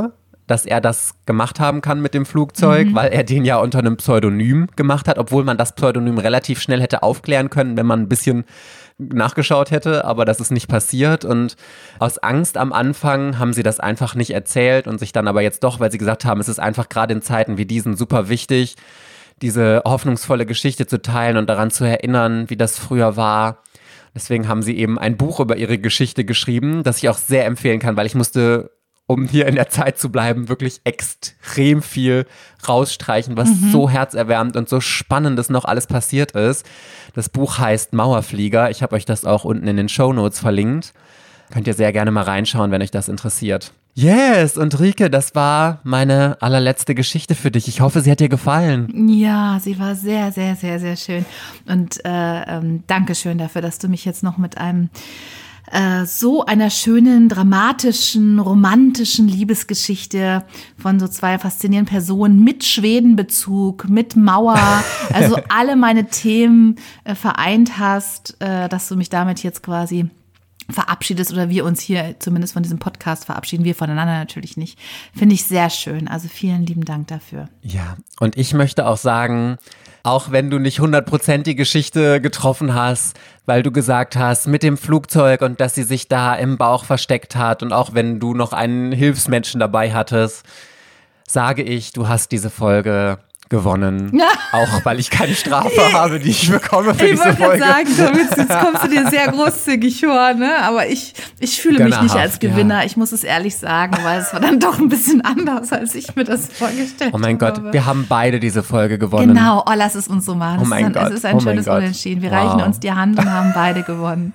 dass er das gemacht haben kann mit dem Flugzeug, weil er den ja unter einem Pseudonym gemacht hat, obwohl man das Pseudonym relativ schnell hätte aufklären können, wenn man ein bisschen nachgeschaut hätte, aber das ist nicht passiert und aus Angst am Anfang haben sie das einfach nicht erzählt und sich dann aber jetzt doch, weil sie gesagt haben, es ist einfach gerade in Zeiten wie diesen super wichtig, diese hoffnungsvolle Geschichte zu teilen und daran zu erinnern, wie das früher war. Deswegen haben sie eben ein Buch über ihre Geschichte geschrieben, das ich auch sehr empfehlen kann, weil ich musste, um hier in der Zeit zu bleiben, wirklich extrem viel rausstreichen, was so herzerwärmend und so spannendes noch alles passiert ist. Das Buch heißt Mauerflieger. Ich habe euch das auch unten in den Shownotes verlinkt. Könnt ihr sehr gerne mal reinschauen, wenn euch das interessiert. Yes, und Rike, das war meine allerletzte Geschichte für dich. Ich hoffe, sie hat dir gefallen. Ja, sie war sehr, sehr, sehr, sehr schön. Und danke schön dafür, dass du mich jetzt noch mit einem so einer schönen, dramatischen, romantischen Liebesgeschichte von so zwei faszinierenden Personen mit Schwedenbezug, mit Mauer, also alle meine Themen vereint hast, dass du mich damit jetzt quasi verabschiedest oder wir uns hier zumindest von diesem Podcast verabschieden, wir voneinander natürlich nicht. Finde ich sehr schön. Also vielen lieben Dank dafür. Ja, und ich möchte auch sagen, auch wenn du nicht 100% die Geschichte getroffen hast, weil du gesagt hast, mit dem Flugzeug und dass sie sich da im Bauch versteckt hat und auch wenn du noch einen Hilfsmenschen dabei hattest, sage ich, du hast diese Folge gewonnen. Ja. Auch weil ich keine Strafe habe, die ich bekomme für diese Folge. Ich wollte sagen, jetzt kommst du dir sehr großzügig vor, ne? Aber ich fühle mich nicht als Gewinner, ja. Ich muss es ehrlich sagen, weil es war dann doch ein bisschen anders, als ich mir das vorgestellt habe. Oh mein Gott, wir haben beide diese Folge gewonnen. Genau, oh, lass es uns so machen. Oh mein Gott. Es ist ein schönes Unentschieden. Wir reichen uns die Hand und haben beide gewonnen.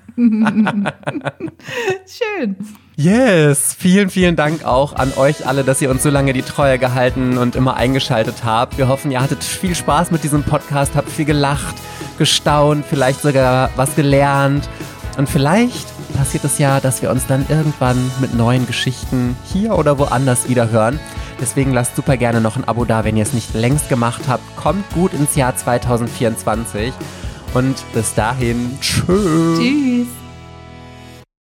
Schön. Yes, vielen, vielen Dank auch an euch alle, dass ihr uns so lange die Treue gehalten und immer eingeschaltet habt. Wir hoffen, ihr hattet viel Spaß mit diesem Podcast, habt viel gelacht, gestaunt, vielleicht sogar was gelernt. Und vielleicht passiert es ja, dass wir uns dann irgendwann mit neuen Geschichten hier oder woanders wieder hören. Deswegen lasst super gerne noch ein Abo da, wenn ihr es nicht längst gemacht habt. Kommt gut ins Jahr 2024 und bis dahin, tschüss. Tschüss.